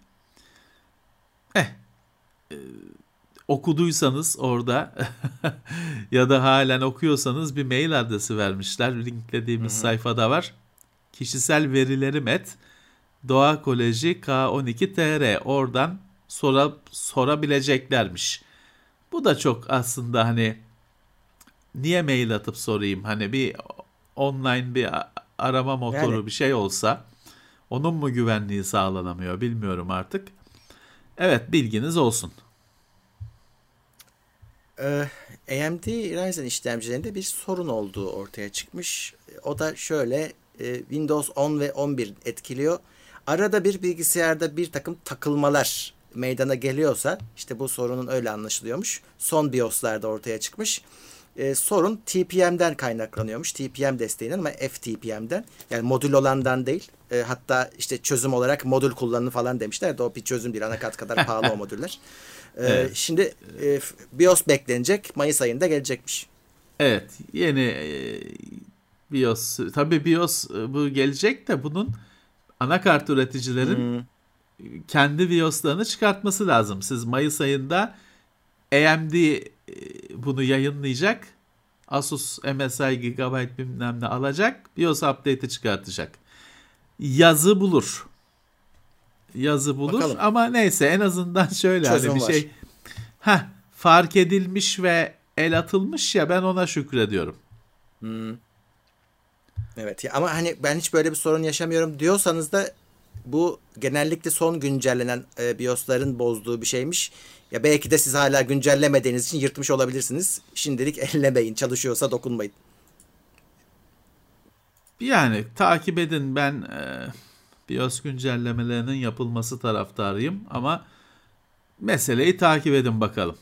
Okuduysanız orada ya da halen okuyorsanız bir mail adresi vermişler. Linklediğimiz sayfada var. Kişisel verilerim Doğa Koleji K12 TR, oradan sorabileceklermiş. Bu da çok aslında, hani niye mail atıp sorayım? Hani bir online bir arama motoru, Yani bir şey olsa, onun mu güvenliği sağlanamıyor bilmiyorum artık. Evet, bilginiz olsun. AMD Ryzen işlemcilerinde bir sorun olduğu ortaya çıkmış. O da şöyle, Windows 10 ve 11 etkiliyor. Arada bir bilgisayarda bir takım takılmalar meydana geliyorsa, işte bu sorunun öyle anlaşılıyormuş. Son BIOS'larda ortaya çıkmış. Sorun TPM'den kaynaklanıyormuş. TPM desteğinden ama FTPM'den. Yani modül olandan değil. Hatta işte çözüm olarak modül kullanın falan demişler de o bir çözüm değil. Anakart kadar pahalı o modüller. Evet. Şimdi BIOS beklenecek. Mayıs ayında gelecekmiş. Evet, yeni BIOS. Tabii BIOS bu gelecek de bunun anakart üreticilerin kendi BIOS'larını çıkartması lazım. Siz Mayıs ayında AMD bunu yayınlayacak. Asus MSI Gigabyte bilmem ne alacak. BIOS update'i çıkartacak. Yazı bulur. Bakalım. Ama neyse, en azından şöyle Çözüm hani bir var. şey fark edilmiş ve el atılmış ya, ben ona şükrediyorum. Evet. Ama hani ben hiç böyle bir sorun yaşamıyorum diyorsanız da bu genellikle son güncellenen BIOS'ların bozduğu bir şeymiş. Ya belki de siz hala güncellemediğiniz için yırtmış olabilirsiniz. Şimdilik ellemeyin. Çalışıyorsa dokunmayın. Yani takip edin, ben BIOS güncellemelerinin yapılması taraftarıyım ama meseleyi takip edin bakalım.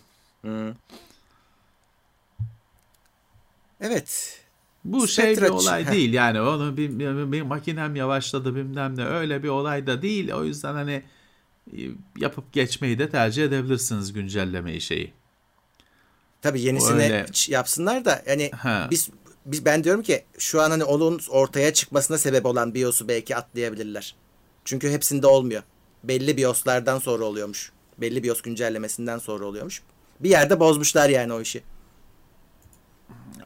Evet. Bu Spectre bir olay değil yani, onu bir makinem yavaşladı bilmem ne, öyle bir olay da değil. O yüzden hani yapıp geçmeyi de tercih edebilirsiniz, güncellemeyi şeyi. Tabii yenisini Öyle. yapsınlar da yani Ha. ben diyorum ki şu an hani onun ortaya çıkmasına sebep olan BIOS'u belki atlayabilirler. Çünkü hepsinde olmuyor. Belli BIOS'lardan sonra oluyormuş. Belli BIOS güncellemesinden sonra oluyormuş. Bir yerde bozmuşlar yani o işi.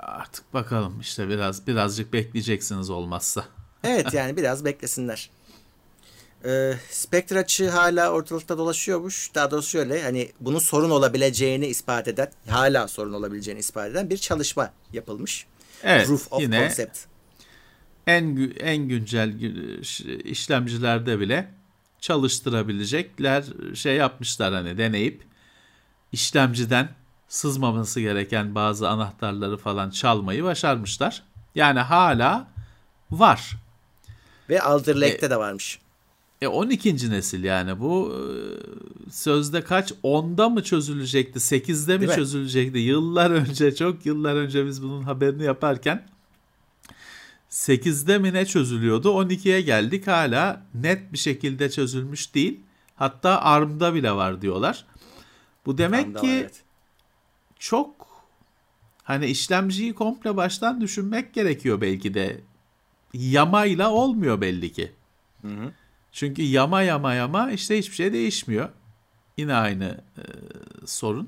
Artık bakalım işte birazcık bekleyeceksiniz olmazsa. Evet, yani biraz beklesinler. Spectre açığı hala ortalıkta dolaşıyormuş. Daha doğrusu şöyle, hani bunun sorun olabileceğini ispat eden, hala sorun olabileceğini ispat eden bir çalışma yapılmış. Evet, Proof of yine concept. en güncel işlemcilerde bile çalıştırabilecekler şey yapmışlar, hani deneyip işlemciden sızmaması gereken bazı anahtarları falan çalmayı başarmışlar. Yani hala var. Ve Alder Lake'te de varmış. 12. nesil yani bu sözde kaç? 10'da mı çözülecekti? 8'de mi Değil mi? çözülecekti? Yıllar önce, çok yıllar önce biz bunun haberini yaparken 8'de mi ne çözülüyordu? 12'ye geldik, hala net bir şekilde çözülmüş değil. Hatta ARM'da bile var diyorlar. Bu demek Tam da ki var, evet. çok, hani işlemciyi komple baştan düşünmek gerekiyor belki de. Yamayla olmuyor belli ki. Hı hı. Çünkü yama işte hiçbir şey değişmiyor. Yine aynı sorun.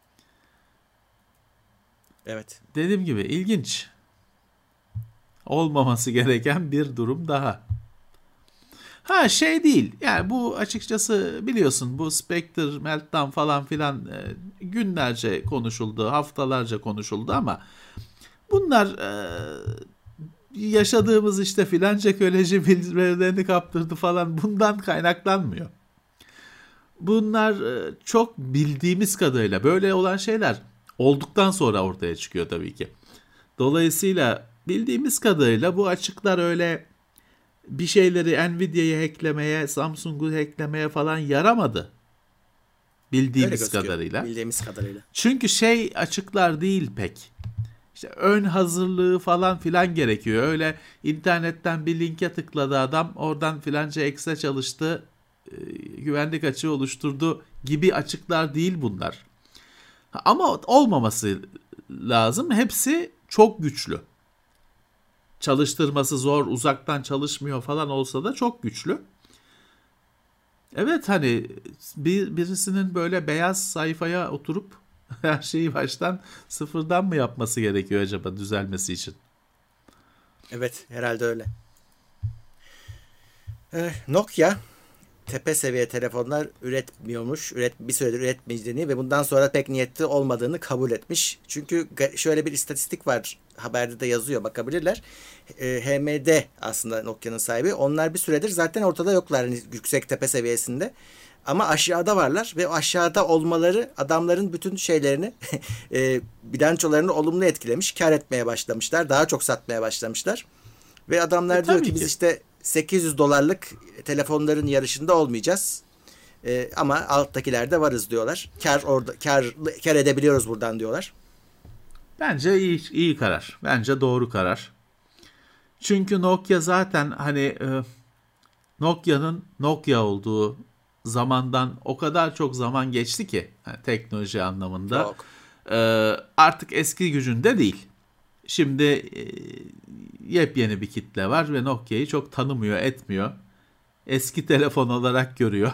Evet. Dediğim gibi ilginç. Olmaması gereken bir durum daha. Ha şey değil. Yani bu açıkçası biliyorsun, bu Spectre, Meltdown falan filan günlerce konuşuldu, haftalarca konuşuldu ama bunlar yaşadığımız işte filanca köleci verilerini kaptırdı falan, bundan kaynaklanmıyor. Bunlar çok bildiğimiz kadarıyla böyle olan şeyler olduktan sonra ortaya çıkıyor tabii ki. Dolayısıyla bildiğimiz kadarıyla bu açıklar öyle bir şeyleri Nvidia'yı hacklemeye, Samsung'u hacklemeye falan yaramadı. Bildiğimiz kadarıyla. Bildiğimiz kadarıyla. Çünkü şey açıklar değil pek. İşte ön hazırlığı falan filan gerekiyor. Öyle internetten bir linke tıkladı adam, oradan filanca exe çalıştı, güvenlik açığı oluşturdu gibi açıklar değil bunlar. Ama olmaması lazım. Hepsi çok güçlü. Çalıştırması zor, uzaktan çalışmıyor falan olsa da çok güçlü. Evet, hani birisinin böyle beyaz sayfaya oturup her şeyi baştan sıfırdan mı yapması gerekiyor acaba düzelmesi için? Evet, herhalde öyle. Nokia tepe seviye telefonlar üretmiyormuş. Bir süredir üretmeyeceğini ve bundan sonra pek niyetli olmadığını kabul etmiş. Çünkü şöyle bir istatistik var. Haberde de yazıyor, bakabilirler. HMD aslında Nokia'nın sahibi. Onlar bir süredir zaten ortada yoklar, yani yüksek tepe seviyesinde. Ama aşağıda varlar ve aşağıda olmaları adamların bütün şeylerini bilançolarını olumlu etkilemiş. Kar etmeye başlamışlar. Daha çok satmaya başlamışlar. Ve adamlar diyor ki biz işte $800 telefonların yarışında olmayacağız. Ama alttakilerde varız diyorlar. Kar edebiliyoruz buradan diyorlar. Bence iyi karar. Bence doğru karar. Çünkü Nokia zaten hani Nokia'nın Nokia olduğu zamandan o kadar çok zaman geçti ki, yani teknoloji anlamında. Çok. Artık eski gücünde değil. Şimdi yepyeni bir kitle var ve Nokia'yı çok tanımıyor, etmiyor. Eski telefon olarak görüyor.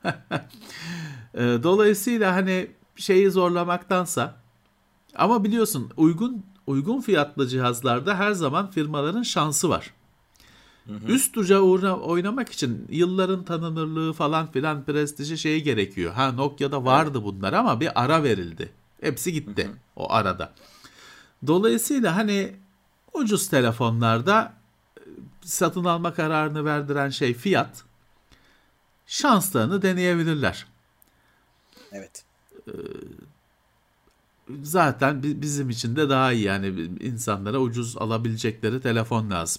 Dolayısıyla hani şeyi zorlamaktansa, ama biliyorsun uygun fiyatlı cihazlarda her zaman firmaların şansı var. Hı hı. Üst uca oynamak için yılların tanınırlığı falan filan, prestiji şeyi gerekiyor. Ha, Nokia'da vardı bunlar ama bir ara verildi. Hepsi gitti o arada. Dolayısıyla hani ucuz telefonlarda satın alma kararını verdiren şey fiyat. Şanslarını deneyebilirler. Evet. Zaten bizim için de daha iyi, yani insanlara ucuz alabilecekleri telefon lazım.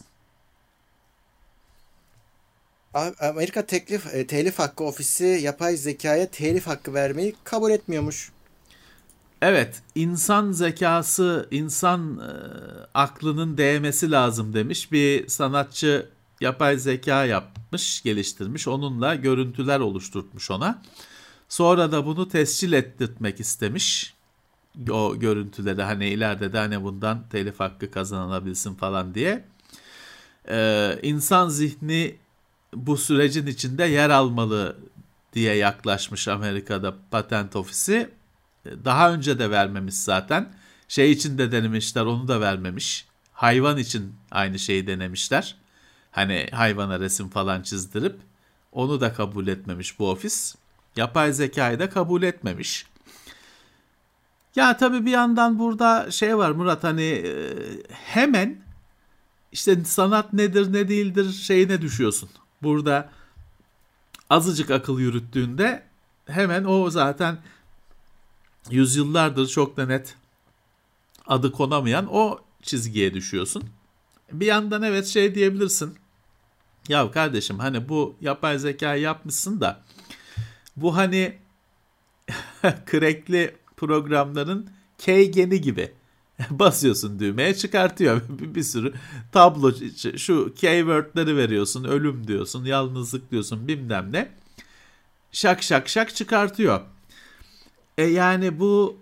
Amerika Telif Hakkı Ofisi yapay zekaya telif hakkı vermeyi kabul etmiyormuş. Evet, insan zekası, insan aklının değmesi lazım demiş. Bir sanatçı yapay zeka yapmış, geliştirmiş. Onunla görüntüler oluşturtmuş ona. Sonra da bunu tescil ettirtmek istemiş. O görüntüleri hani ileride de hani bundan telif hakkı kazanılabilsin falan diye. İnsan zihni bu sürecin içinde yer almalı diye yaklaşmış Amerika'da patent ofisi. Daha önce de vermemiş zaten. Şey için de denemişler, onu da vermemiş. Hayvan için aynı şeyi denemişler. Hani hayvana resim falan çizdirip onu da kabul etmemiş bu ofis. Yapay zekayı da kabul etmemiş. Ya tabii bir yandan burada şey var Murat, hani hemen işte sanat nedir ne değildir şeyine düşüyorsun. Burada azıcık akıl yürüttüğünde hemen o zaten yüzyıllardır çok da net adı konamayan o çizgiye düşüyorsun. Bir yandan evet şey diyebilirsin. Ya kardeşim hani bu yapay zeka yapmışsın da bu hani crackli programların keygeni gibi. Basıyorsun düğmeye çıkartıyor bir sürü tablo, şu keywordleri veriyorsun, ölüm diyorsun, yalnızlık diyorsun, bilmem ne. Şak şak şak çıkartıyor. Yani bu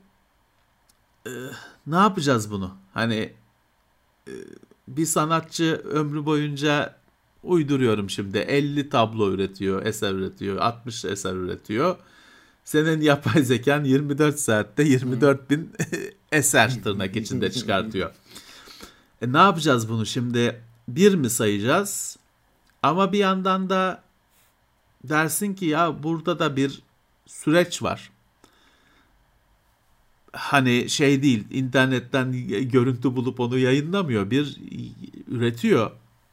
ne yapacağız bunu? Hani bir sanatçı ömrü boyunca, uyduruyorum şimdi, 50 tablo üretiyor, eser üretiyor, 60 eser üretiyor. Senin yapay zekan 24 saatte 24 bin eser tırnak içinde çıkartıyor. Ne yapacağız bunu şimdi? Bir mi sayacağız? Ama bir yandan da dersin ki ya burada da bir süreç var. Hani şey değil, internetten görüntü bulup onu yayınlamıyor. Bir üretiyor.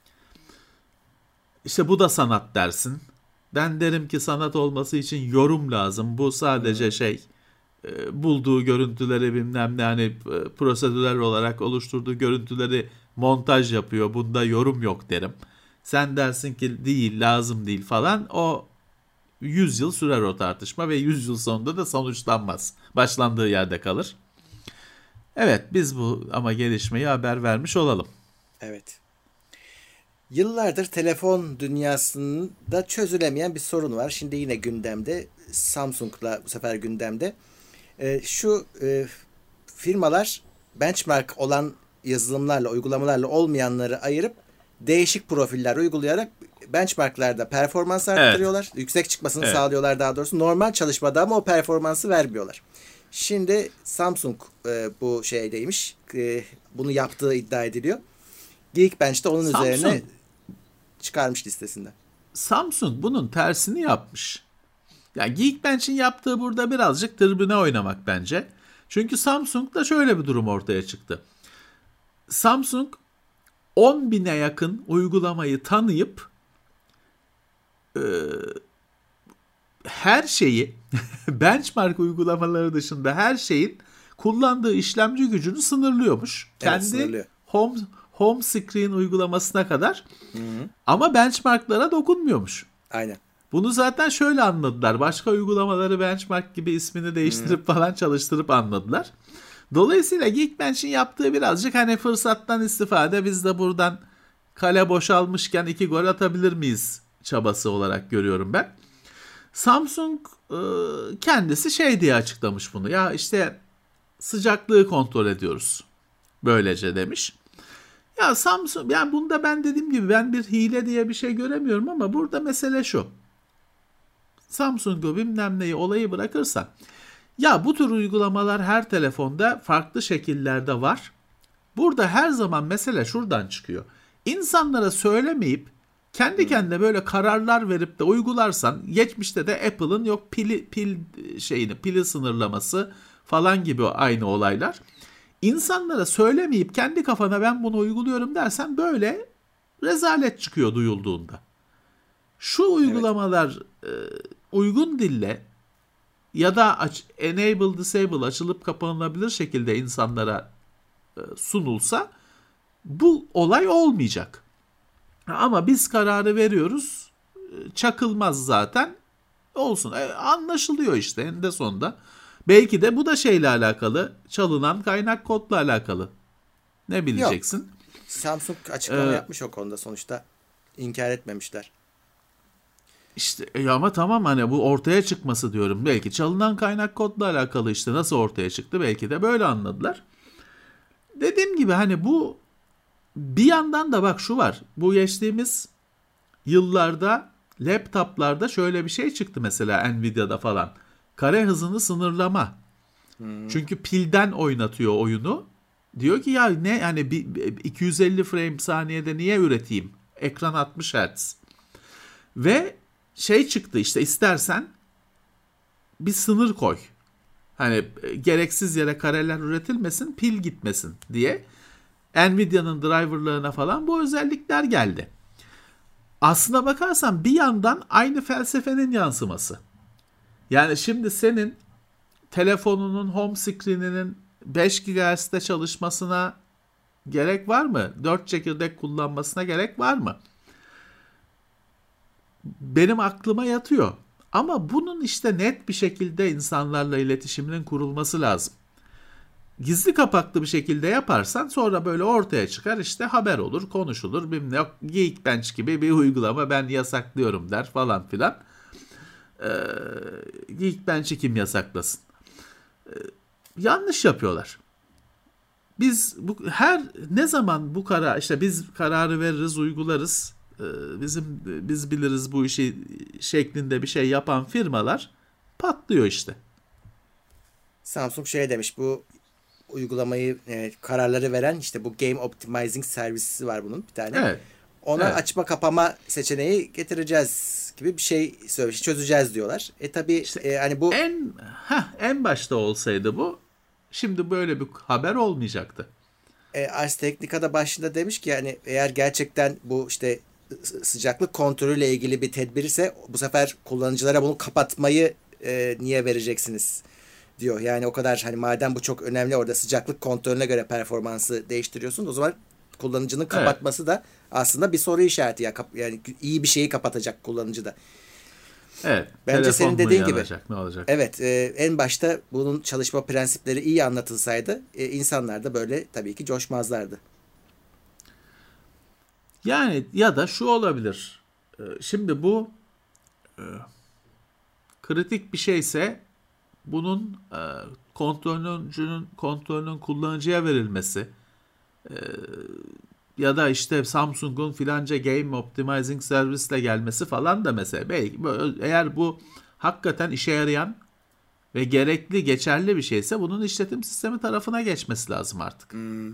İşte bu da sanat dersin. Ben derim ki sanat olması için yorum lazım. Bu sadece bulduğu görüntüleri bilmem ne, hani prosedürel olarak oluşturduğu görüntüleri montaj yapıyor. Bunda yorum yok derim. Sen dersin ki değil, lazım değil falan. O 100 yıl sürer o tartışma ve 100 yıl sonunda da sonuçlanmaz. Başlandığı yerde kalır. Evet, biz bu ama gelişmeyi haber vermiş olalım. Evet. Yıllardır telefon dünyasında çözülemeyen bir sorun var. Şimdi yine gündemde. Samsung'la bu sefer gündemde. Firmalar benchmark olan yazılımlarla, uygulamalarla olmayanları ayırıp değişik profiller uygulayarak benchmarklarda performans arttırıyorlar. Evet. Yüksek çıkmasını sağlıyorlar daha doğrusu. Normal çalışmada ama o performansı vermiyorlar. Şimdi Samsung bu şeydeymiş. Bunu yaptığı iddia ediliyor. Geekbench'te onun üzerine çıkarmış listesinden. Samsung bunun tersini yapmış. Yani Geekbench'in yaptığı burada birazcık tribüne oynamak bence. Çünkü Samsung'da şöyle bir durum ortaya çıktı. Samsung 10.000'e yakın uygulamayı tanıyıp her şeyi benchmark uygulamaları dışında her şeyin kullandığı işlemci gücünü sınırlıyormuş. Evet, kendi sınırlıyor. Home screen uygulamasına kadar. Hı-hı. Ama benchmarklara dokunmuyormuş. Aynen. Bunu zaten şöyle anladılar. Başka uygulamaları benchmark gibi ismini değiştirip falan çalıştırıp anladılar. Dolayısıyla Geekbench'in yaptığı birazcık hani fırsattan istifade, biz de buradan kale boşalmışken 2 gol atabilir miyiz çabası olarak görüyorum ben. Samsung kendisi şey diye açıklamış bunu. Ya işte sıcaklığı kontrol ediyoruz. Böylece demiş. Ya Samsung, yani bunda ben dediğim gibi ben bir hile diye bir şey göremiyorum ama burada mesele şu. Samsung'u bilmem neyi olayı bırakırsan, ya bu tür uygulamalar her telefonda farklı şekillerde var. Burada her zaman mesele şuradan çıkıyor. İnsanlara söylemeyip kendi kendine böyle kararlar verip de uygularsan, geçmişte de Apple'ın yok pili sınırlaması falan gibi aynı olaylar. İnsanlara söylemeyip kendi kafana ben bunu uyguluyorum dersen böyle rezalet çıkıyor duyulduğunda. Şu uygulamalar uygun dille ya da enable disable, açılıp kapanılabilir şekilde insanlara sunulsa bu olay olmayacak. Ama biz kararı veriyoruz, çakılmaz zaten, olsun. Anlaşılıyor işte eninde sonunda. Belki de bu da şeyle alakalı, çalınan kaynak kodla alakalı. Ne bileceksin? Yok. Samsung açıklama yapmış o konuda, sonuçta inkar etmemişler. İşte ama tamam, hani bu ortaya çıkması diyorum. Belki çalınan kaynak kodla alakalı, işte nasıl ortaya çıktı belki de böyle anladılar. Dediğim gibi hani bu bir yandan da bak şu var. Bu geçtiğimiz yıllarda laptoplarda şöyle bir şey çıktı mesela Nvidia'da falan. Kare hızını sınırlama. Çünkü pilden oynatıyor oyunu. Diyor ki ya ne yani 250 frame saniyede niye üreteyim? Ekran 60 Hz. Ve çıktı işte, istersen bir sınır koy. Hani gereksiz yere kareler üretilmesin, pil gitmesin diye. Nvidia'nın driverlarına falan bu özellikler geldi. Aslına bakarsan bir yandan aynı felsefenin yansıması. Yani şimdi senin telefonunun home screen'inin 5 GHz'de çalışmasına gerek var mı? 4 çekirdek kullanmasına gerek var mı? Benim aklıma yatıyor. Ama bunun işte net bir şekilde insanlarla iletişiminin kurulması lazım. Gizli kapaklı bir şekilde yaparsan sonra böyle ortaya çıkar, işte haber olur, konuşulur. Bilmem, Geekbench gibi bir uygulama ben yasaklıyorum der falan filan. Geekbench'i kim yasaklasın? Yanlış yapıyorlar. Biz ne zaman bu karar, işte biz kararı veririz, uygularız, biz biliriz bu işi şeklinde bir şey yapan firmalar patlıyor işte. Samsung demiş, bu uygulamayı kararları veren işte bu Game Optimizing servisi var bunun bir tane. Evet. Ona açma kapama seçeneği getireceğiz gibi bir şey söylemiş, çözeceğiz diyorlar. Tabii işte, hani bu en başta olsaydı bu, şimdi böyle bir haber olmayacaktı. Ars Technica'da başında demiş ki yani eğer gerçekten bu işte sıcaklık kontrolüyle ilgili bir tedbir ise bu sefer kullanıcılara bunu kapatmayı niye vereceksiniz diyor. Yani o kadar, hani madem bu çok önemli, orada sıcaklık kontrolüne göre performansı değiştiriyorsun, o zaman kullanıcının kapatması da aslında bir soru işareti ya. Yani iyi bir şeyi kapatacak kullanıcı da. Evet. Bence senin dediğin gibi. Ne olacak? Evet, en başta bunun çalışma prensipleri iyi anlatılsaydı insanlar da böyle tabii ki coşmazlardı. Yani ya da şu olabilir. Şimdi bu kritik bir şeyse bunun kontrolünün kullanıcıya verilmesi, ya da işte Samsung'un filanca Game Optimizing servisle gelmesi falan da mesela. Belki eğer bu hakikaten işe yarayan ve gerekli, geçerli bir şeyse bunun işletim sistemi tarafına geçmesi lazım artık.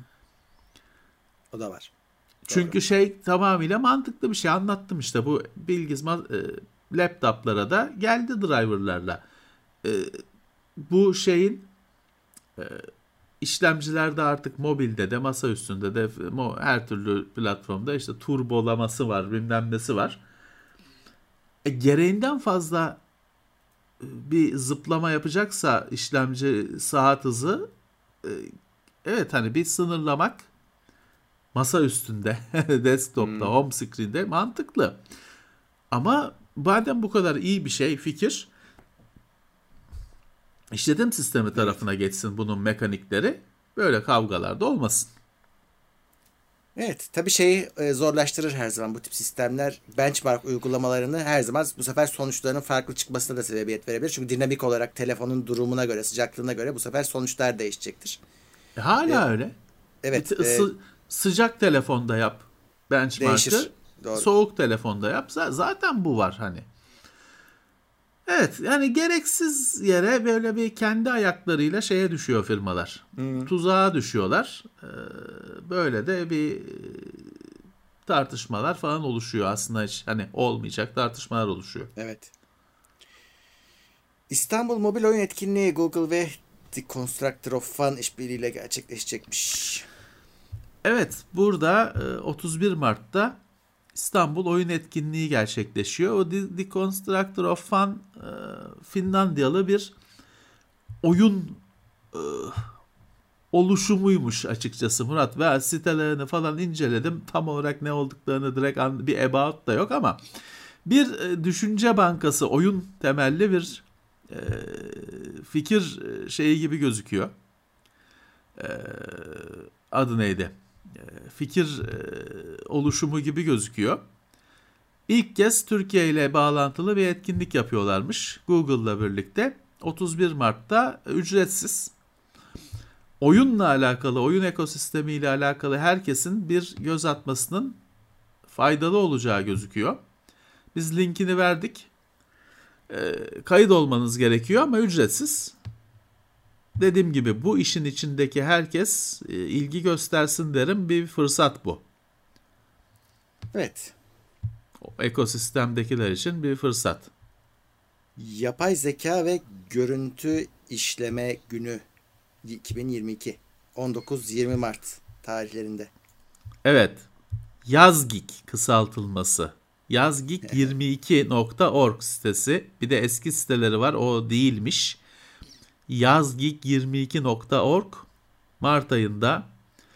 O da var. Çünkü tamamıyla mantıklı bir şey anlattım işte, bu laptoplara da geldi driverlarla. Bu işlemcilerde artık mobilde de, masa üstünde de, her türlü platformda işte turbolaması var, bilmem nesi var. Gereğinden fazla bir zıplama yapacaksa işlemci saat hızı, evet hani bir sınırlamak masa üstünde, desktop'ta, home screen'de mantıklı. Ama madem bu kadar iyi bir fikir, işletim sistemi tarafına geçsin bunun mekanikleri, böyle kavgalar da olmasın. Evet, tabii zorlaştırır her zaman bu tip sistemler. Benchmark uygulamalarını her zaman bu sefer sonuçlarının farklı çıkmasına da sebebiyet verebilir. Çünkü dinamik olarak telefonun durumuna göre, sıcaklığına göre bu sefer sonuçlar değişecektir. Hala öyle. Evet. Sıcak telefonda yap benchmark'ı, değişir. Doğru. Soğuk telefonda yap. Zaten bu var hani. Evet, yani gereksiz yere böyle bir kendi ayaklarıyla düşüyor firmalar. Tuzağa düşüyorlar. Böyle de bir tartışmalar falan oluşuyor. Aslında hiç olmayacak tartışmalar oluşuyor. Evet. İstanbul Mobil Oyun Etkinliği Google ve The Constructor of Fun işbirliğiyle gerçekleşecekmiş. Evet, burada 31 Mart'ta İstanbul Oyun Etkinliği gerçekleşiyor. O The Constructor of Fun Finlandiyalı bir oyun oluşumuymuş açıkçası Murat. Ve sitelerini falan inceledim. Tam olarak ne olduklarını direkt bir about da yok ama bir düşünce bankası, oyun temelli bir fikir gibi gözüküyor. Adı neydi? Fikir oluşumu gibi gözüküyor. İlk kez Türkiye ile bağlantılı bir etkinlik yapıyorlarmış Google'la birlikte. 31 Mart'ta ücretsiz. Oyunla alakalı, oyun ekosistemiyle alakalı herkesin bir göz atmasının faydalı olacağı gözüküyor. Biz linkini verdik. Kayıt olmanız gerekiyor ama ücretsiz. dediğim gibi bu işin içindeki herkes ilgi göstersin derim. Bir fırsat bu. Evet. O ekosistemdekiler için bir fırsat. Yapay zeka ve görüntü işleme günü 2022 19-20 Mart tarihlerinde. Evet. Yazgeek kısaltılması. Yazgeek22.org sitesi. Bir de eski siteleri var. O değilmiş. Yazgeek22.org Mart ayında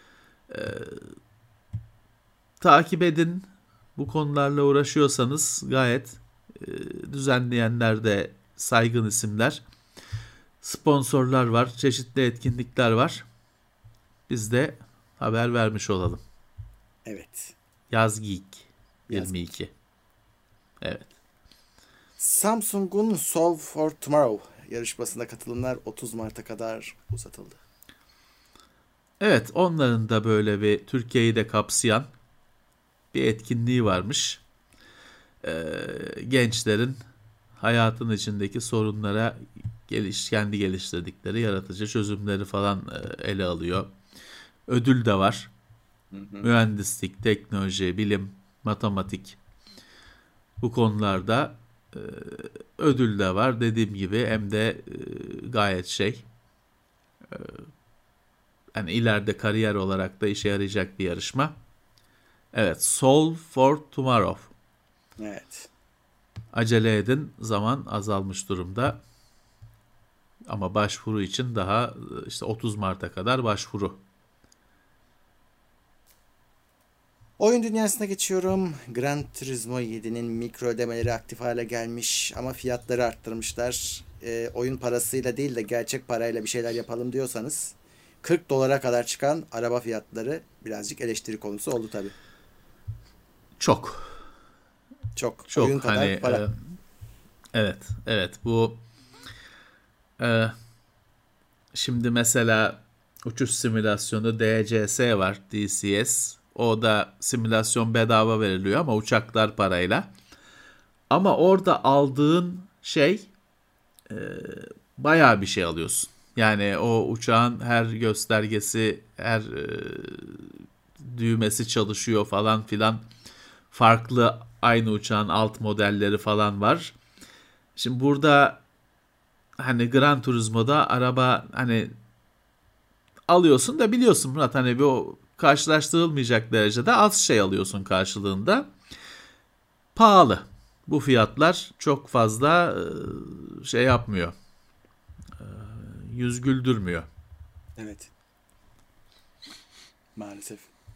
takip edin. Bu konularla uğraşıyorsanız gayet düzenleyenler de saygın isimler. Sponsorlar var. Çeşitli etkinlikler var. Biz de haber vermiş olalım. Evet. Yazgeek 22. Evet. Samsung'un Solve for Tomorrow yarışmasına katılımlar 30 Mart'a kadar uzatıldı. Evet, onların da böyle bir Türkiye'yi de kapsayan bir etkinliği varmış. Gençlerin hayatın içindeki sorunlara kendi geliştirdikleri yaratıcı çözümleri falan ele alıyor. Ödül de var. Mühendislik, teknoloji, bilim, matematik bu konularda ödül de var. Dediğim gibi hem de gayet yani ileride kariyer olarak da işe yarayacak bir yarışma. Evet, Solve for Tomorrow. Evet. Acele edin, zaman azalmış durumda. Ama başvuru için daha işte 30 Mart'a kadar başvuru. Oyun dünyasına geçiyorum. Gran Turismo 7'nin mikro ödemeleri aktif hale gelmiş ama fiyatları arttırmışlar. Oyun parasıyla değil de gerçek parayla bir şeyler yapalım diyorsanız $40 kadar çıkan araba fiyatları birazcık eleştiri konusu oldu tabii. Çok. Oyun kadar hani, para. Evet bu şimdi mesela uçuş simülasyonu DCS var, DCS. O da simülasyon bedava veriliyor ama uçaklar parayla. Ama orada aldığın bayağı bir şey alıyorsun. Yani o uçağın her göstergesi, her düğmesi çalışıyor falan filan. Farklı aynı uçağın alt modelleri falan var. Şimdi burada hani Gran Turismo'da araba hani alıyorsun da biliyorsun Murat, hani bir o karşılaştırılmayacak derecede az şey alıyorsun karşılığında. Pahalı. Bu fiyatlar çok fazla yapmıyor. Yüz güldürmüyor. Evet. Maalesef.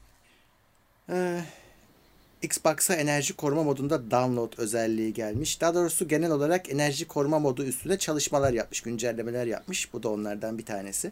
Xbox'a enerji koruma modunda download özelliği gelmiş. Daha doğrusu genel olarak enerji koruma modu üstünde çalışmalar yapmış, güncellemeler yapmış. Bu da onlardan bir tanesi.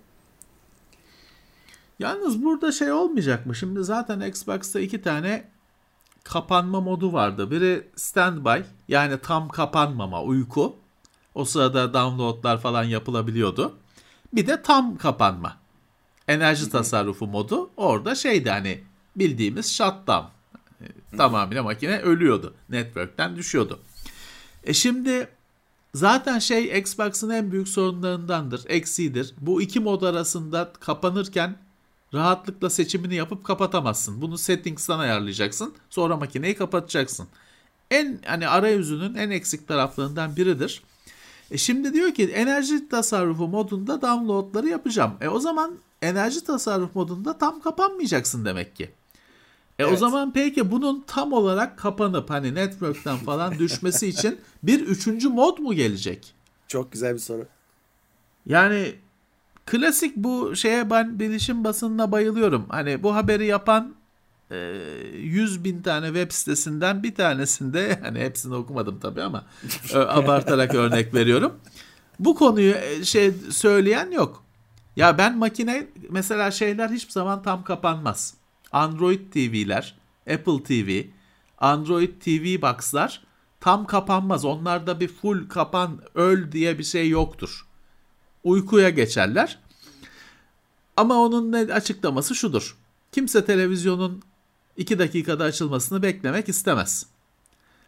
Yalnız burada olmayacak mı? Şimdi zaten Xbox'ta 2 tane kapanma modu vardı. Biri standby, yani tam kapanmama, uyku. O sırada downloadlar falan yapılabiliyordu. Bir de tam kapanma. Enerji tasarrufu modu. Orada hani bildiğimiz shutdown. Tamamıyla makine ölüyordu. Network'ten düşüyordu. Şimdi zaten Xbox'ın en büyük sorunlarındandır, eksiğidir. Bu iki mod arasında kapanırken rahatlıkla seçimini yapıp kapatamazsın. Bunu settings'tan ayarlayacaksın. Sonra makineyi kapatacaksın. Arayüzünün en eksik taraflarından biridir. Şimdi diyor ki enerji tasarrufu modunda downloadları yapacağım. O zaman enerji tasarruf modunda tam kapanmayacaksın demek ki. Evet. O zaman peki bunun tam olarak kapanıp network'ten falan düşmesi için bir üçüncü mod mu gelecek? Çok güzel bir soru. Yani klasik bu ben bilişim basınına bayılıyorum. Bu haberi yapan 100.000 tane web sitesinden bir tanesinde, hepsini okumadım tabii ama abartarak örnek veriyorum. Bu konuyu söyleyen yok. Ya ben makine mesela hiçbir zaman tam kapanmaz. Android TV'ler, Apple TV, Android TV Box'lar tam kapanmaz. Onlarda bir full kapan, öl diye bir şey yoktur. Uykuya geçerler. Ama onun açıklaması şudur. Kimse televizyonun 2 dakikada açılmasını beklemek istemez.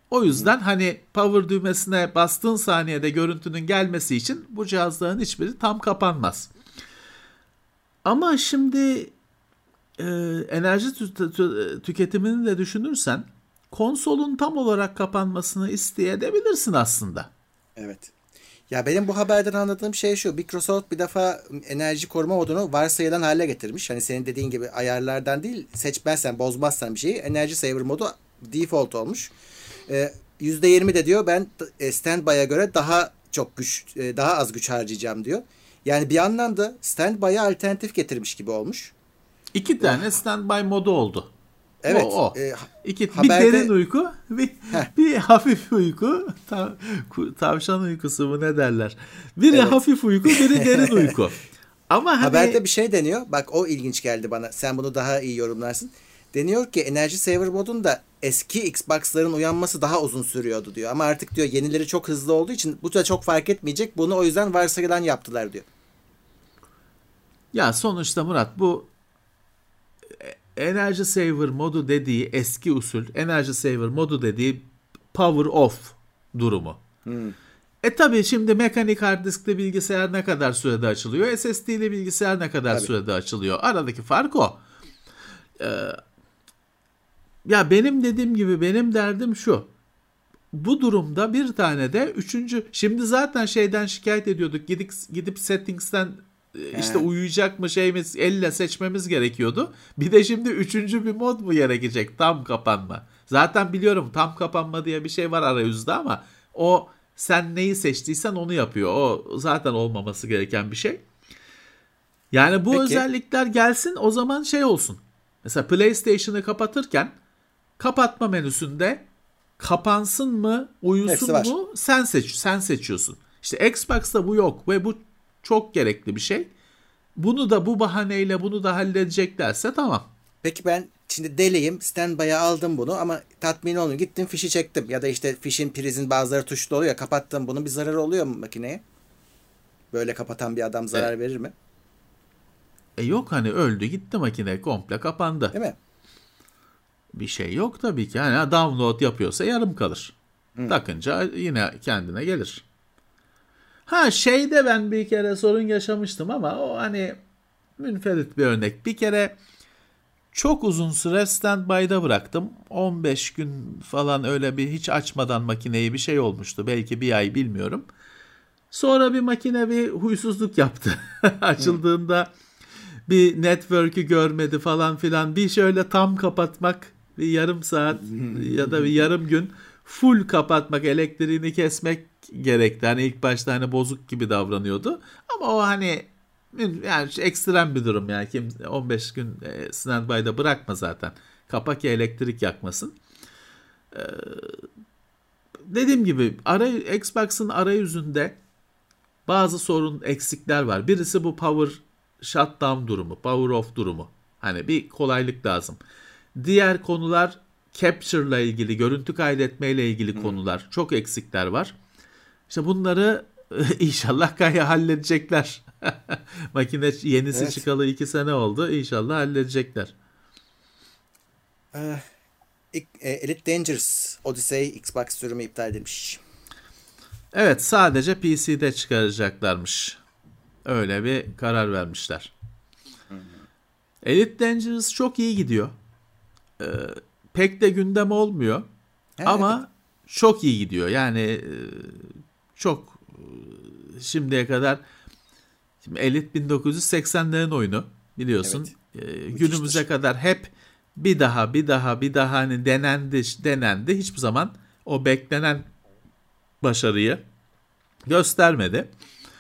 O yüzden hani power düğmesine bastığın saniyede görüntünün gelmesi için bu cihazların hiçbiri tam kapanmaz. Ama şimdi enerji tüketimini de düşünürsen konsolun tam olarak kapanmasını isteyebilirsin aslında. Evet. Ya benim bu haberden anladığım şey şu. Microsoft bir defa enerji koruma modunu varsayılan hale getirmiş. Hani senin dediğin gibi ayarlardan değil, seçmezsen, bozmazsan bir şeyi, enerji saver modu default olmuş. %20 de diyor ben standby'a göre daha çok güç, daha az güç harcayacağım diyor. Yani bir anlamda standby'a alternatif getirmiş gibi olmuş. 2 tane standby modu oldu. Evet. Bir haberde... derin uyku, bir hafif uyku. Tavşan uykusu mu ne derler? Biri evet. Hafif uyku, biri derin uyku. Ama hani... Haberde bir şey deniyor. Bak o ilginç geldi bana. Sen bunu daha iyi yorumlarsın. Deniyor ki enerji saver modunda eski Xbox'ların uyanması daha uzun sürüyordu diyor. Ama artık diyor yenileri çok hızlı olduğu için bu da çok fark etmeyecek. Bunu o yüzden varsayılan yaptılar diyor. Ya sonuçta Murat bu enerji saver modu dediği eski usul, enerji saver modu dediği power off durumu. Tabii şimdi mekanik hard diskli bilgisayar ne kadar sürede açılıyor? SSD'li bilgisayar ne kadar sürede açılıyor? Aradaki fark o. Ya benim dediğim gibi benim derdim şu. Bu durumda bir tane de şimdi zaten şeyden şikayet ediyorduk. Gidip settings'ten işte uyuyacak mı şey mi elle seçmemiz gerekiyordu. Bir de şimdi 3. bir mod mu gerekecek? Tam kapanma. Zaten biliyorum tam kapanma diye bir şey var arayüzde ama o sen neyi seçtiysen onu yapıyor. O zaten olmaması gereken bir şey. Yani bu özellikler gelsin o zaman şey olsun. Mesela PlayStation'ı kapatırken kapatma menüsünde kapansın mı, uyusun mu sen seçiyorsun. İşte Xbox'ta bu yok ve bu çok gerekli bir şey. Bunu da bu bahaneyle bunu da halledeceklerse tamam. Peki ben şimdi deliyim. Standby'a aldım bunu ama tatmin olmuyor. Gittim fişi çektim. Ya da işte fişin prizin bazıları tuşlu oluyor. Kapattım. Bunun bir zararı oluyor mu makineye? Böyle kapatan bir adam zarar verir mi? Yok hani öldü gitti makine komple kapandı. Değil mi? Bir şey yok tabii ki. Hani download yapıyorsa yarım kalır. Takınca yine kendine gelir. Şeyde ben bir kere sorun yaşamıştım ama o hani münferit bir örnek. Bir kere çok uzun süre standby'da bıraktım. 15 gün falan öyle bir hiç açmadan makineyi bir şey olmuştu. Belki bir ay bilmiyorum. Sonra bir makine bir huysuzluk yaptı. Açıldığında bir network'ü görmedi falan filan. Bir şöyle tam kapatmak bir yarım saat ya da bir yarım gün full kapatmak, elektriğini kesmek gerekti. Hani ilk başta hani bozuk gibi davranıyordu. Ama o hani yani ekstrem bir durum yani. 15 gün standby'da bırakma zaten. Kapa ki elektrik yakmasın. Dediğim gibi Xbox'ın arayüzünde bazı eksikler var. Birisi bu power shutdown durumu, power off durumu. Hani bir kolaylık lazım. Diğer konular capture ile ilgili, görüntü kaydetme ile ilgili konular. Çok eksikler var. İşte bunları inşallah halledecekler. Makine yenisi çıkalı 2 sene oldu. İnşallah halledecekler. Elite Dangerous Odyssey Xbox sürümü iptal edilmiş. Evet, sadece PC'de çıkaracaklarmış. Öyle bir karar vermişler. Elite Dangerous çok iyi gidiyor. Pek de gündem olmuyor. Ama çok iyi gidiyor. Yani çok şimdiye kadar Elite 1980'lerin oyunu biliyorsun. Günümüze kadar hep bir daha hani denendi. Hiçbir zaman o beklenen başarıyı göstermedi.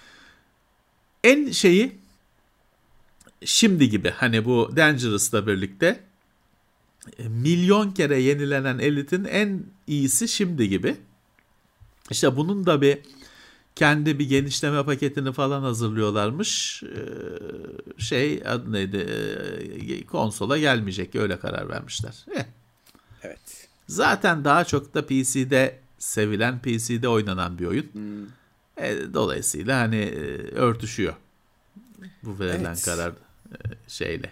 En şeyi şimdi gibi hani bu Dangerous'la birlikte milyon kere yenilenen Elite'in en iyisi şimdi gibi. İşte bunun da kendi bir genişleme paketini falan hazırlıyorlarmış. Adı neydi? Konsola gelmeyecek. Öyle karar vermişler. Evet. Zaten daha çok da PC'de sevilen, PC'de oynanan bir oyun. Dolayısıyla hani örtüşüyor. Bu verilen karar şeyle.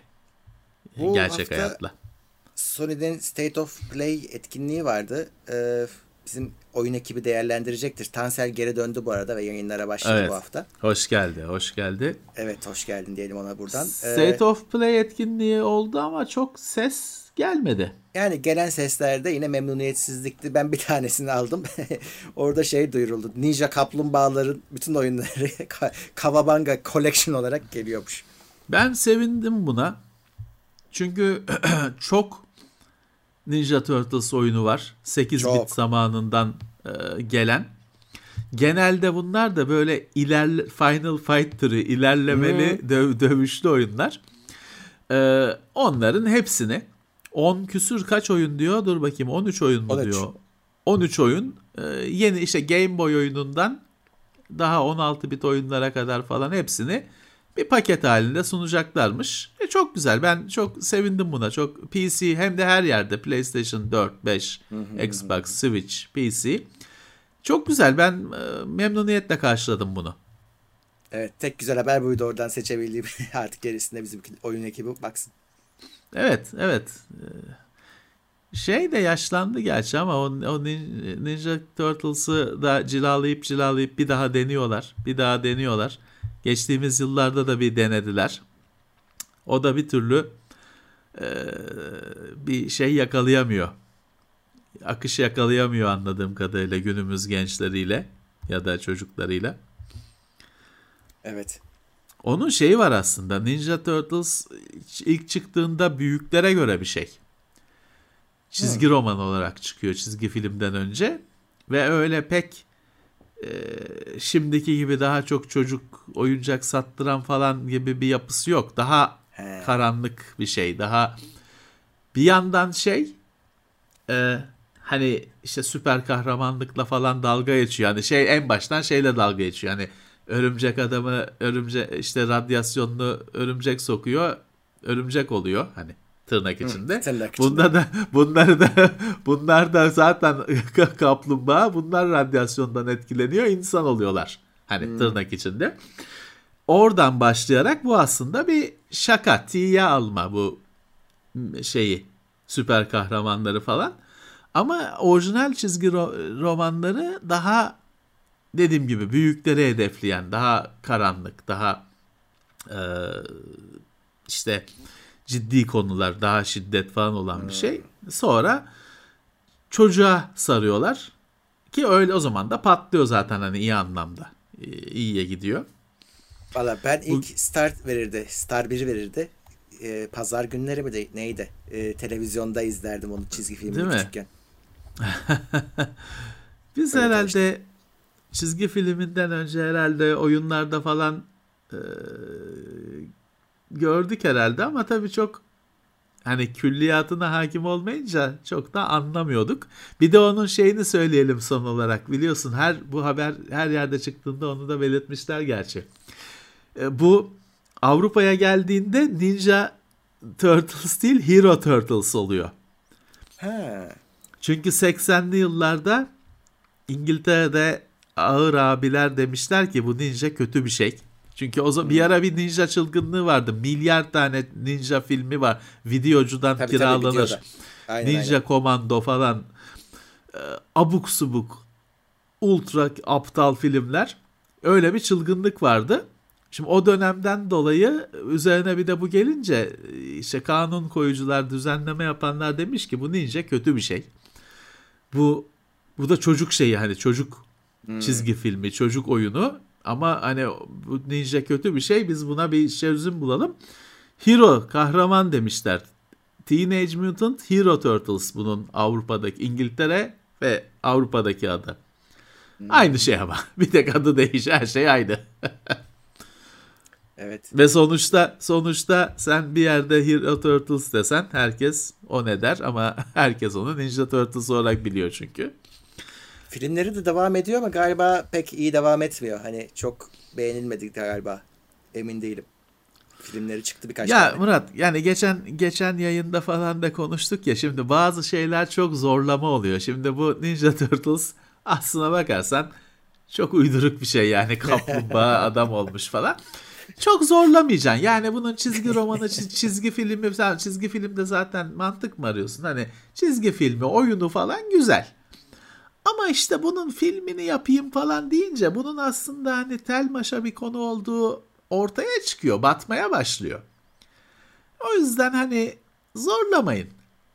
Gerçek hayatla. Sony'nin State of Play etkinliği vardı. bizim oyun ekibi değerlendirecektir. Tansel geri döndü bu arada ve yayınlara başladı Evet. bu hafta. Hoş geldi, hoş geldi. Evet, hoş geldin diyelim ona buradan. State of Play etkinliği oldu ama çok ses gelmedi. Yani gelen seslerde yine memnuniyetsizlikti. Ben bir tanesini aldım. Orada şey duyuruldu. Ninja Kaplumbağaların bütün oyunları Kawabanga Collection olarak geliyormuş. Ben sevindim buna. Çünkü çok Ninja Turtles oyunu var. 8 Çok. bit zamanından gelen. Genelde bunlar da böyle Final Fight türü ilerlemeli dövüşlü oyunlar. Onların hepsini 10 küsür kaç oyun diyor? Dur bakayım, 13 oyun mu 13. diyor? 13 oyun. Yeni işte Game Boy oyunundan daha 16 bit oyunlara kadar falan hepsini bir paket halinde sunacaklarmış. Çok güzel. Ben çok sevindim buna. Çok PC hem de her yerde, PlayStation 4, 5, Xbox, Switch, PC. Çok güzel. Ben memnuniyetle karşıladım bunu. Evet, tek güzel haber buydu, oradan seçebildiğim. Artık gerisinde bizim oyun ekibi baksın. Evet, evet. Şey de yaşlandı gerçi ama o Ninja Turtles'ı da cilalayıp bir daha deniyorlar. Geçtiğimiz yıllarda da bir denediler. O da bir türlü bir şey yakalayamıyor. Akış yakalayamıyor anladığım kadarıyla günümüz gençleriyle ya da çocuklarıyla. Evet. Onun şeyi var aslında. Ninja Turtles ilk çıktığında büyüklere göre bir şey. Çizgi roman olarak çıkıyor çizgi filmden önce. Ve öyle pek şimdiki gibi daha çok çocuk oyuncak sattıran falan gibi bir yapısı yok. Daha karanlık bir şey. Daha bir yandan hani işte süper kahramanlıkla falan dalga geçiyor. Yani en baştan şeyle dalga geçiyor. Yani örümcek adamı işte radyasyonlu örümcek sokuyor. Örümcek oluyor hani tırnak içinde. Tırnak içinde. Bunlar da zaten kaplumbağa. Bunlar radyasyondan etkileniyor, insan oluyorlar. Hani tırnak içinde. Oradan başlayarak bu aslında bir şaka, tiye alma bu süper kahramanları falan. Ama orijinal çizgi romanları daha dediğim gibi büyükleri hedefleyen, daha karanlık, daha işte ciddi konular, daha şiddet falan olan bir şey. Sonra çocuğa sarıyorlar ki öyle o zaman da patlıyor zaten hani iyi anlamda. İyiye gidiyor. Valla ben ilk Star 1 verirdi. Pazar günleri mi neydi? Televizyonda izlerdim onu, çizgi filmini küçükken. Biz öyle herhalde çizgi filminden önce herhalde oyunlarda falan gördük herhalde ama tabii çok hani külliyatına hakim olmayınca çok da anlamıyorduk. Bir de onun şeyini söyleyelim son olarak. Biliyorsun bu haber her yerde çıktığında onu da belirtmişler gerçi. Bu Avrupa'ya geldiğinde Ninja Turtles değil Hero Turtles oluyor. Çünkü 80'li yıllarda İngiltere'de ağır abiler demişler ki bu ninja kötü bir şey. Çünkü bir ara bir ninja çılgınlığı vardı. Milyar tane ninja filmi var. Videocudan kiralanır. Ninja Komando falan. Abuk subuk. Ultra aptal filmler. Öyle bir çılgınlık vardı. Şimdi o dönemden dolayı üzerine bir de bu gelince işte kanun koyucular, düzenleme yapanlar demiş ki bu ninja kötü bir şey. Bu da çocuk şeyi, hani çocuk çizgi filmi, çocuk oyunu ama hani bu ninja kötü bir şey, biz buna bir çözüm bulalım. Hero, kahraman demişler. Teenage Mutant Hero Turtles bunun Avrupa'daki, İngiltere ve Avrupa'daki adı. Aynı şey ama bir tek adı değişiyor, her şey aynı. Evet. Ve sonuçta sen bir yerde Hero Turtles desen herkes o ne der ama herkes onu Ninja Turtles olarak biliyor çünkü. Filmleri de devam ediyor ama galiba pek iyi devam etmiyor. Hani çok beğenilmedi galiba. Emin değilim. Filmleri çıktı birkaç tane. Ya Murat, yani geçen yayında falan da konuştuk ya, şimdi bazı şeyler çok zorlama oluyor. Şimdi bu Ninja Turtles aslına bakarsan çok uyduruk bir şey, yani kaplumbağa adam olmuş falan. Çok zorlamayacaksın. Yani bunun çizgi romanı, çizgi filmi, sen çizgi filmde zaten mantık mı arıyorsun? Hani çizgi filmi, oyunu falan güzel. Ama işte bunun filmini yapayım falan deyince bunun aslında hani tel maşa bir konu olduğu ortaya çıkıyor, batmaya başlıyor. O yüzden hani zorlamayın.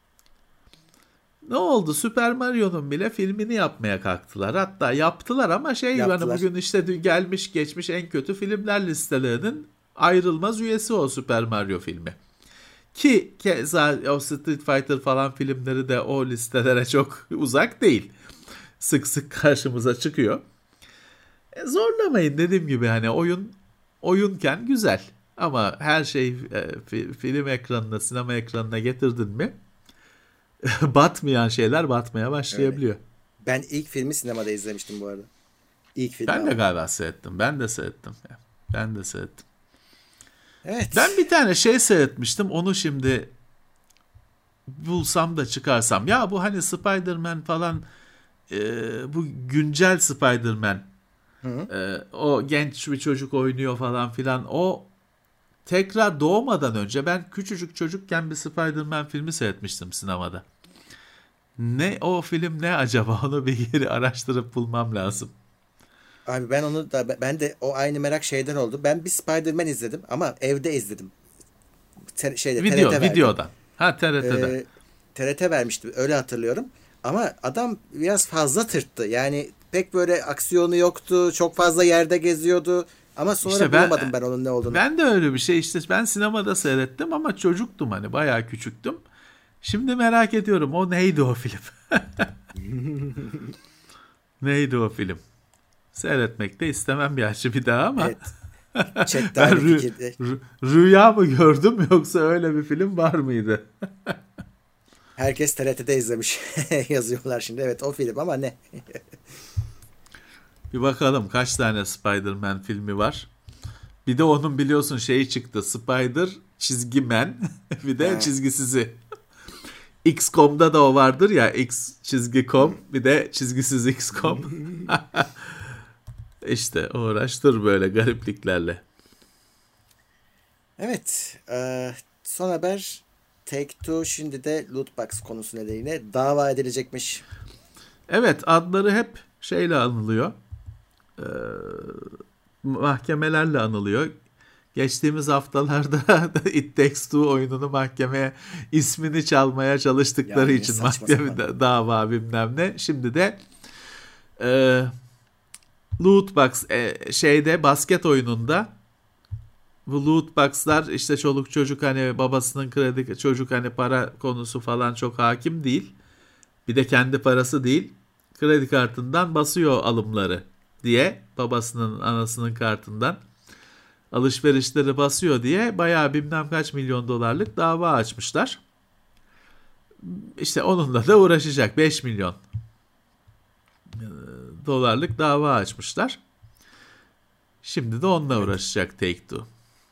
Ne oldu? Super Mario'nun bile filmini yapmaya kalktılar. Hatta yaptılar ama Yaptılar. hani bugün işte gelmiş geçmiş en kötü filmler listelerinin ayrılmaz üyesi o Super Mario filmi. Ki keza o Street Fighter falan filmleri de o listelere çok uzak değil. Sık sık karşımıza çıkıyor. Zorlamayın, dediğim gibi hani oyunken güzel. Ama her şey film ekranına, sinema ekranına getirdin mi batmayan şeyler batmaya başlayabiliyor. Öyle. Ben ilk filmi sinemada izlemiştim bu arada. İlk filmi. Ben de galiba seyrettim. Ben de seyrettim. Evet. Ben bir tane şey seyretmiştim. Onu şimdi bulsam da çıkarsam. Ya bu hani Spider-Man falan, bu güncel Spider-Man. O genç bir çocuk oynuyor falan filan. O tekrar doğmadan önce ben küçücük çocukken bir Spider-Man filmi seyretmiştim sinemada. Ne o film, ne acaba, onu bir geri araştırıp bulmam lazım. Abi ben de o aynı merak şeyden oldu. Ben bir Spider-Man izledim ama evde izledim. TRT verdi. Videodan. Ha, TRT'den. TRT vermişti, öyle hatırlıyorum. Ama adam biraz fazla tırttı. Yani pek böyle aksiyonu yoktu. Çok fazla yerde geziyordu. Ama sonra İşte bulamadım ben onun ne olduğunu. Ben de öyle bir şey, işte ben sinemada seyrettim ama çocuktum, hani bayağı küçüktüm. Şimdi merak ediyorum, o neydi o film? Neydi o film? Seyretmek de istemem gerçi bir daha ama. Evet. Ben rüya mı gördüm yoksa öyle bir film var mıydı? Herkes TRT'de izlemiş yazıyorlar şimdi. Evet, o film ama ne? Bir bakalım kaç tane Spider-Man filmi var. Bir de onun biliyorsun şeyi çıktı. Spider çizgi man bir de çizgisizi. X.com'da da o vardır ya, X çizgi com, bir de çizgisiz X.com. İşte uğraştır böyle garipliklerle. Evet. Son haber, Take-Two şimdi de Lootbox konusu nedeniyle dava edilecekmiş. Evet, adları hep şeyle anılıyor. Mahkemelerle anılıyor. Geçtiğimiz haftalarda It Takes Two oyununu mahkemeye ismini çalmaya çalıştıkları yani için mahkemede dava bilmem ne. Şimdi de Lootbox şeyde, basket oyununda bu lootbox'lar işte çoluk çocuk hani babasının kredi, çocuk hani para konusu falan çok hakim değil. Bir de kendi parası değil. Kredi kartından basıyor alımları diye, babasının anasının kartından alışverişleri basıyor diye bayağı bilmem kaç milyon dolarlık dava açmışlar. İşte onunla da uğraşacak, 5 milyon dolarlık dava açmışlar. Şimdi de onunla uğraşacak Take-Two.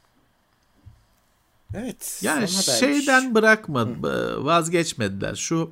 Evet. Yani şeyden vazgeçmediler. Şu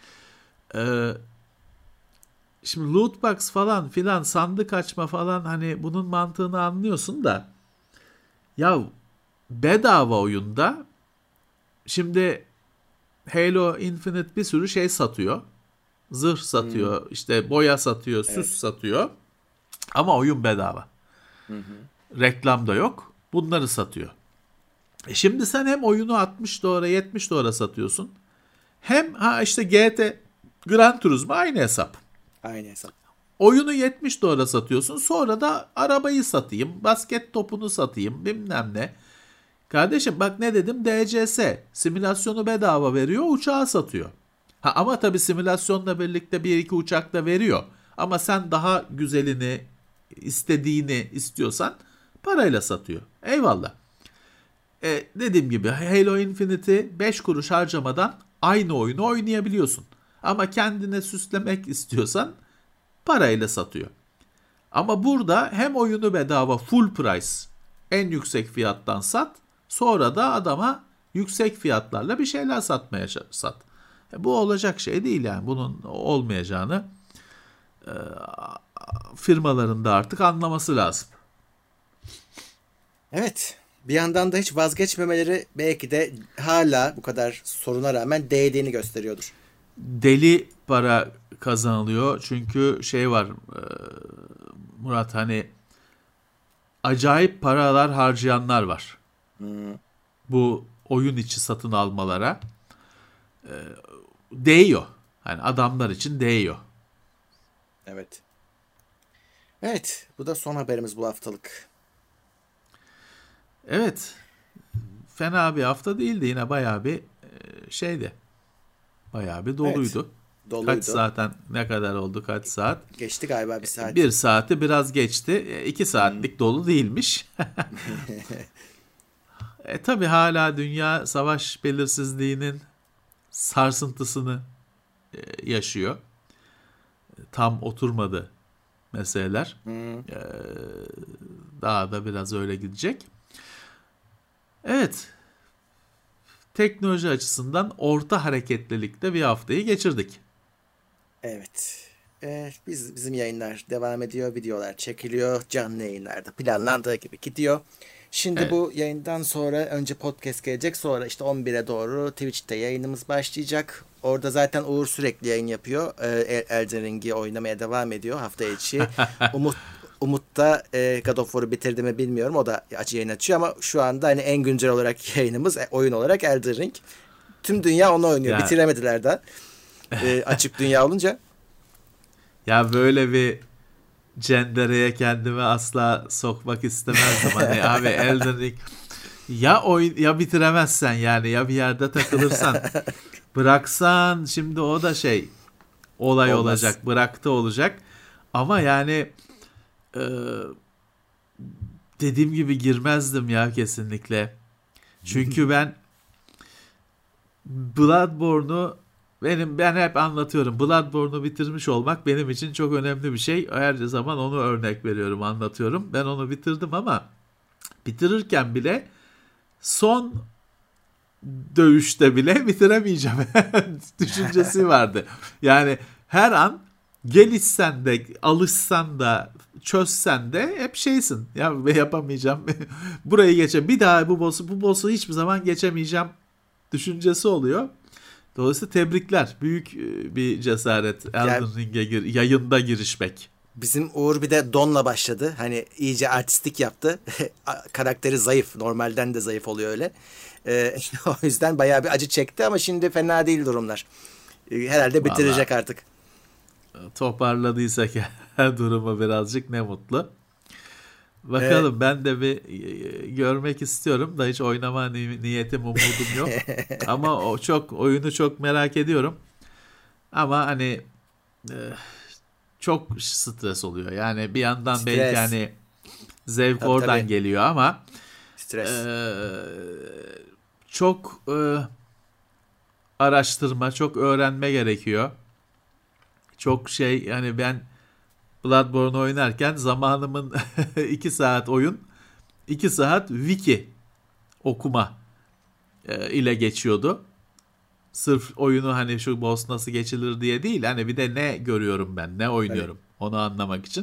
şimdi lootbox falan filan, sandık açma falan, hani bunun mantığını anlıyorsun da ya bedava oyunda şimdi Halo Infinite bir sürü şey satıyor. Zırh satıyor, işte boya satıyor, süs satıyor. Ama oyun bedava. Reklam da yok. Bunları satıyor. Şimdi sen hem oyunu 60 dolara 70 dolara satıyorsun. Hem işte Gran Turismo aynı hesap. Aynı hesap. Oyunu 70 dolara satıyorsun. Sonra da arabayı satayım, basket topunu satayım, bilmem ne. Kardeşim bak ne dedim, DCS. Simülasyonu bedava veriyor, uçağı satıyor. Ama tabii simülasyonla birlikte bir iki uçak da veriyor. Ama sen daha güzelini, istediğini istiyorsan parayla satıyor. Eyvallah. Dediğim gibi Halo Infinite'i 5 kuruş harcamadan aynı oyunu oynayabiliyorsun. Ama kendine süslemek istiyorsan parayla satıyor. Ama burada hem oyunu bedava, full price, en yüksek fiyattan sat, sonra da adama yüksek fiyatlarla bir şeyler satmaya sat. Bu olacak şey değil yani. Bunun olmayacağını firmaların da artık anlaması lazım. Evet. Bir yandan da hiç vazgeçmemeleri belki de hala bu kadar soruna rağmen değdiğini gösteriyordur. Deli para kazanılıyor. Çünkü şey var Murat, hani acayip paralar harcayanlar var. Bu oyun içi satın almalara. Değiyor. Hani adamlar için değiyor. Evet. Evet, bu da son haberimiz bu haftalık. Evet. Fena bir hafta değildi. Yine bayağı bir şeydi. Bayağı bir doluydu. Evet, doluydu. Kaç saatten ne kadar oldu? Kaç saat? Geçti galiba bir saat. Bir saati biraz geçti. 2 saatlik dolu değilmiş. Tabii hala dünya savaş belirsizliğinin sarsıntısını yaşıyor. Tam oturmadı meseleler. Daha da biraz öyle gidecek. Evet. Teknoloji açısından orta hareketlilikte bir haftayı geçirdik. Evet. Bizim yayınlar devam ediyor. Videolar çekiliyor. Canlı yayınlarda planlandığı gibi gidiyor. Şimdi bu yayından sonra önce podcast gelecek. Sonra işte 11'e doğru Twitch'te yayınımız başlayacak. Orada zaten Uğur sürekli yayın yapıyor. Elden Ring'i oynamaya devam ediyor hafta içi. Umut da God of War'u bitirdi mi bilmiyorum. O da yayın açıyor ama şu anda hani en güncel olarak yayınımız oyun olarak Elden Ring. Tüm dünya onu oynuyor. Ya. Bitiremediler de. Açık dünya olunca. Ya böyle bir cendereye kendimi asla sokmak istemezdim. Hani abi Elden Ring ya bitiremezsen, yani ya bir yerde takılırsan bıraksan, şimdi o da olay olmaz. Olacak, bıraktı olacak. Ama yani dediğim gibi girmezdim ya kesinlikle. Çünkü ben Bloodborne'u ben hep anlatıyorum. Bloodborne'u bitirmiş olmak benim için çok önemli bir şey. Her zaman onu örnek veriyorum, anlatıyorum. Ben onu bitirdim ama bitirirken bile son dövüşte bile bitiremeyeceğim düşüncesi vardı. Yani her an gelişsen de, alışsan da, çözsen de hep şeysin. Ya yapamayacağım. Burayı bir daha bu boss'u hiçbir zaman geçemeyeceğim düşüncesi oluyor. Dolayısıyla tebrikler. Büyük bir cesaret Elden Ring'e yayında girişmek. Bizim Uğur bir de Don'la başladı. Hani iyice artistik yaptı. Karakteri zayıf. Normalden de zayıf oluyor öyle. O yüzden bayağı bir acı çekti ama şimdi fena değil durumlar. Herhalde bitirecek artık. Toparladıysak her durumu birazcık ne mutlu. Bakalım, ben de bir görmek istiyorum da hiç oynama niyetim, umudum yok. Ama oyunu çok merak ediyorum. Ama hani çok stres oluyor. Yani bir yandan stres. Belki hani zevk oradan geliyor ama stres. Çok araştırma, çok öğrenme gerekiyor. Çok yani ben Bloodborne oynarken zamanımın 2 saat oyun, 2 saat wiki okuma ile geçiyordu. Sırf oyunu hani şu boss nasıl geçilir diye değil, hani bir de ne görüyorum ben, ne oynuyorum, onu anlamak için.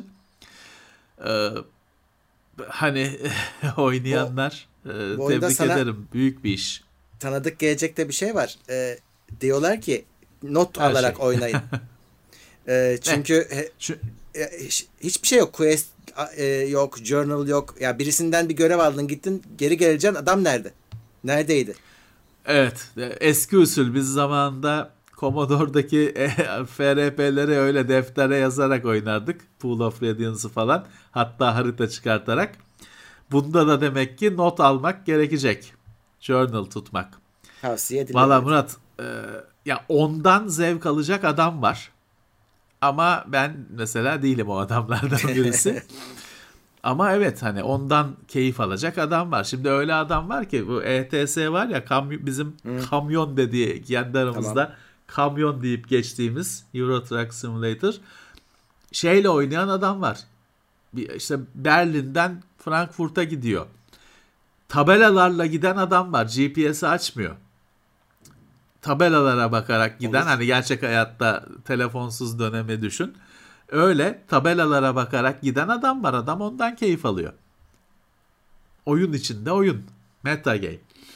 Hani oynayanlar tebrik ederim, büyük bir iş. Tanıdık gelecekte bir şey var. Diyorlar ki not alarak oynayın. Çünkü hiçbir şey yok. Quest yok, journal yok. Ya birisinden bir görev aldın, gittin, geri geleceksin. Adam nerede? Neredeydi? Evet. Eski usul biz zamanında Commodore'daki FRP'leri öyle deftere yazarak oynardık. Pool of Radiance'ı falan. Hatta harita çıkartarak. Bunda da demek ki not almak gerekecek. Journal tutmak. Tavsiye edilir. Valla Murat, ya ondan zevk alacak adam var. Ama ben mesela değilim o adamlardan birisi. Ama evet, hani ondan keyif alacak adam var. Şimdi öyle adam var ki, bu ETS var ya, bizim kamyon dediği kendi aramızda kamyon deyip geçtiğimiz Euro Truck Simulator şeyle oynayan adam var. İşte Berlin'den Frankfurt'a gidiyor. Tabelalarla giden adam var. GPS'i açmıyor. Tabelalara bakarak giden, hani gerçek hayatta telefonsuz dönemi düşün. Öyle tabelalara bakarak giden adam var. Adam ondan keyif alıyor. Oyun içinde oyun. Meta game.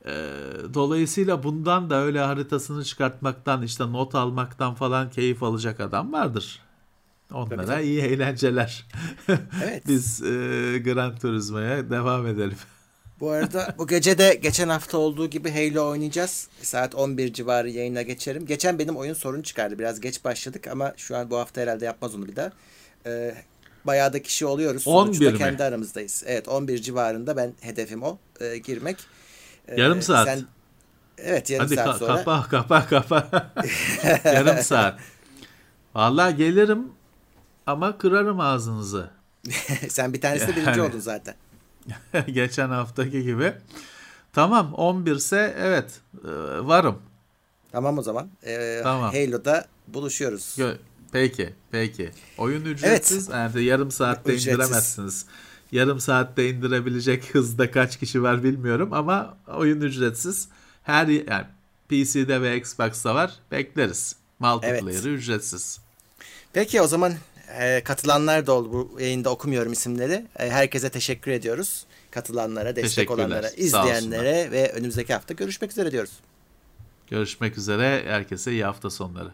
Dolayısıyla bundan da öyle haritasını çıkartmaktan, işte not almaktan falan keyif alacak adam vardır. Onlara Tabii. iyi eğlenceler. Evet. Biz Gran Turismo'ya devam edelim. Bu arada bu gece de geçen hafta olduğu gibi Halo oynayacağız. Saat 11 civarı yayına geçerim. Geçen benim oyun sorun çıkardı. Biraz geç başladık ama şu an bu hafta herhalde yapmaz onu bir daha. Bayağı da kişi oluyoruz. Sonuçta 11 mi? kendi aramızdayız. Evet, 11 civarında ben hedefim o. Girmek. Yarım saat. Evet, yarım Hadi saat sonra. kapa. Yarım saat. Vallahi gelirim ama kırarım ağzınızı. Sen bir tanesinde birinci oldun zaten. Geçen haftaki gibi. Tamam, 11 ise evet, varım. Tamam o zaman. Tamam. Halo'da buluşuyoruz. Peki. Oyun ücretsiz. Evet. Yani yarım saatte indiremezsiniz. Yarım saatte indirebilecek hızda kaç kişi var bilmiyorum ama oyun ücretsiz. Yani PC'de ve Xbox'ta var. Bekleriz. Multiplayer'ı ücretsiz. Peki o zaman katılanlar da oldu. Bu yayında okumuyorum isimleri. Herkese teşekkür ediyoruz. Katılanlara, destek olanlara, izleyenlere ve önümüzdeki hafta görüşmek üzere diyoruz. Görüşmek üzere. Herkese iyi hafta sonları.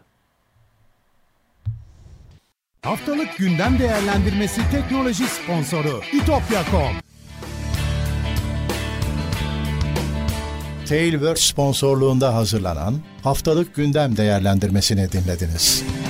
Haftalık gündem değerlendirmesi teknoloji sponsoru itopya.com. Tailwords sponsorluğunda hazırlanan haftalık gündem değerlendirmesini dinlediniz.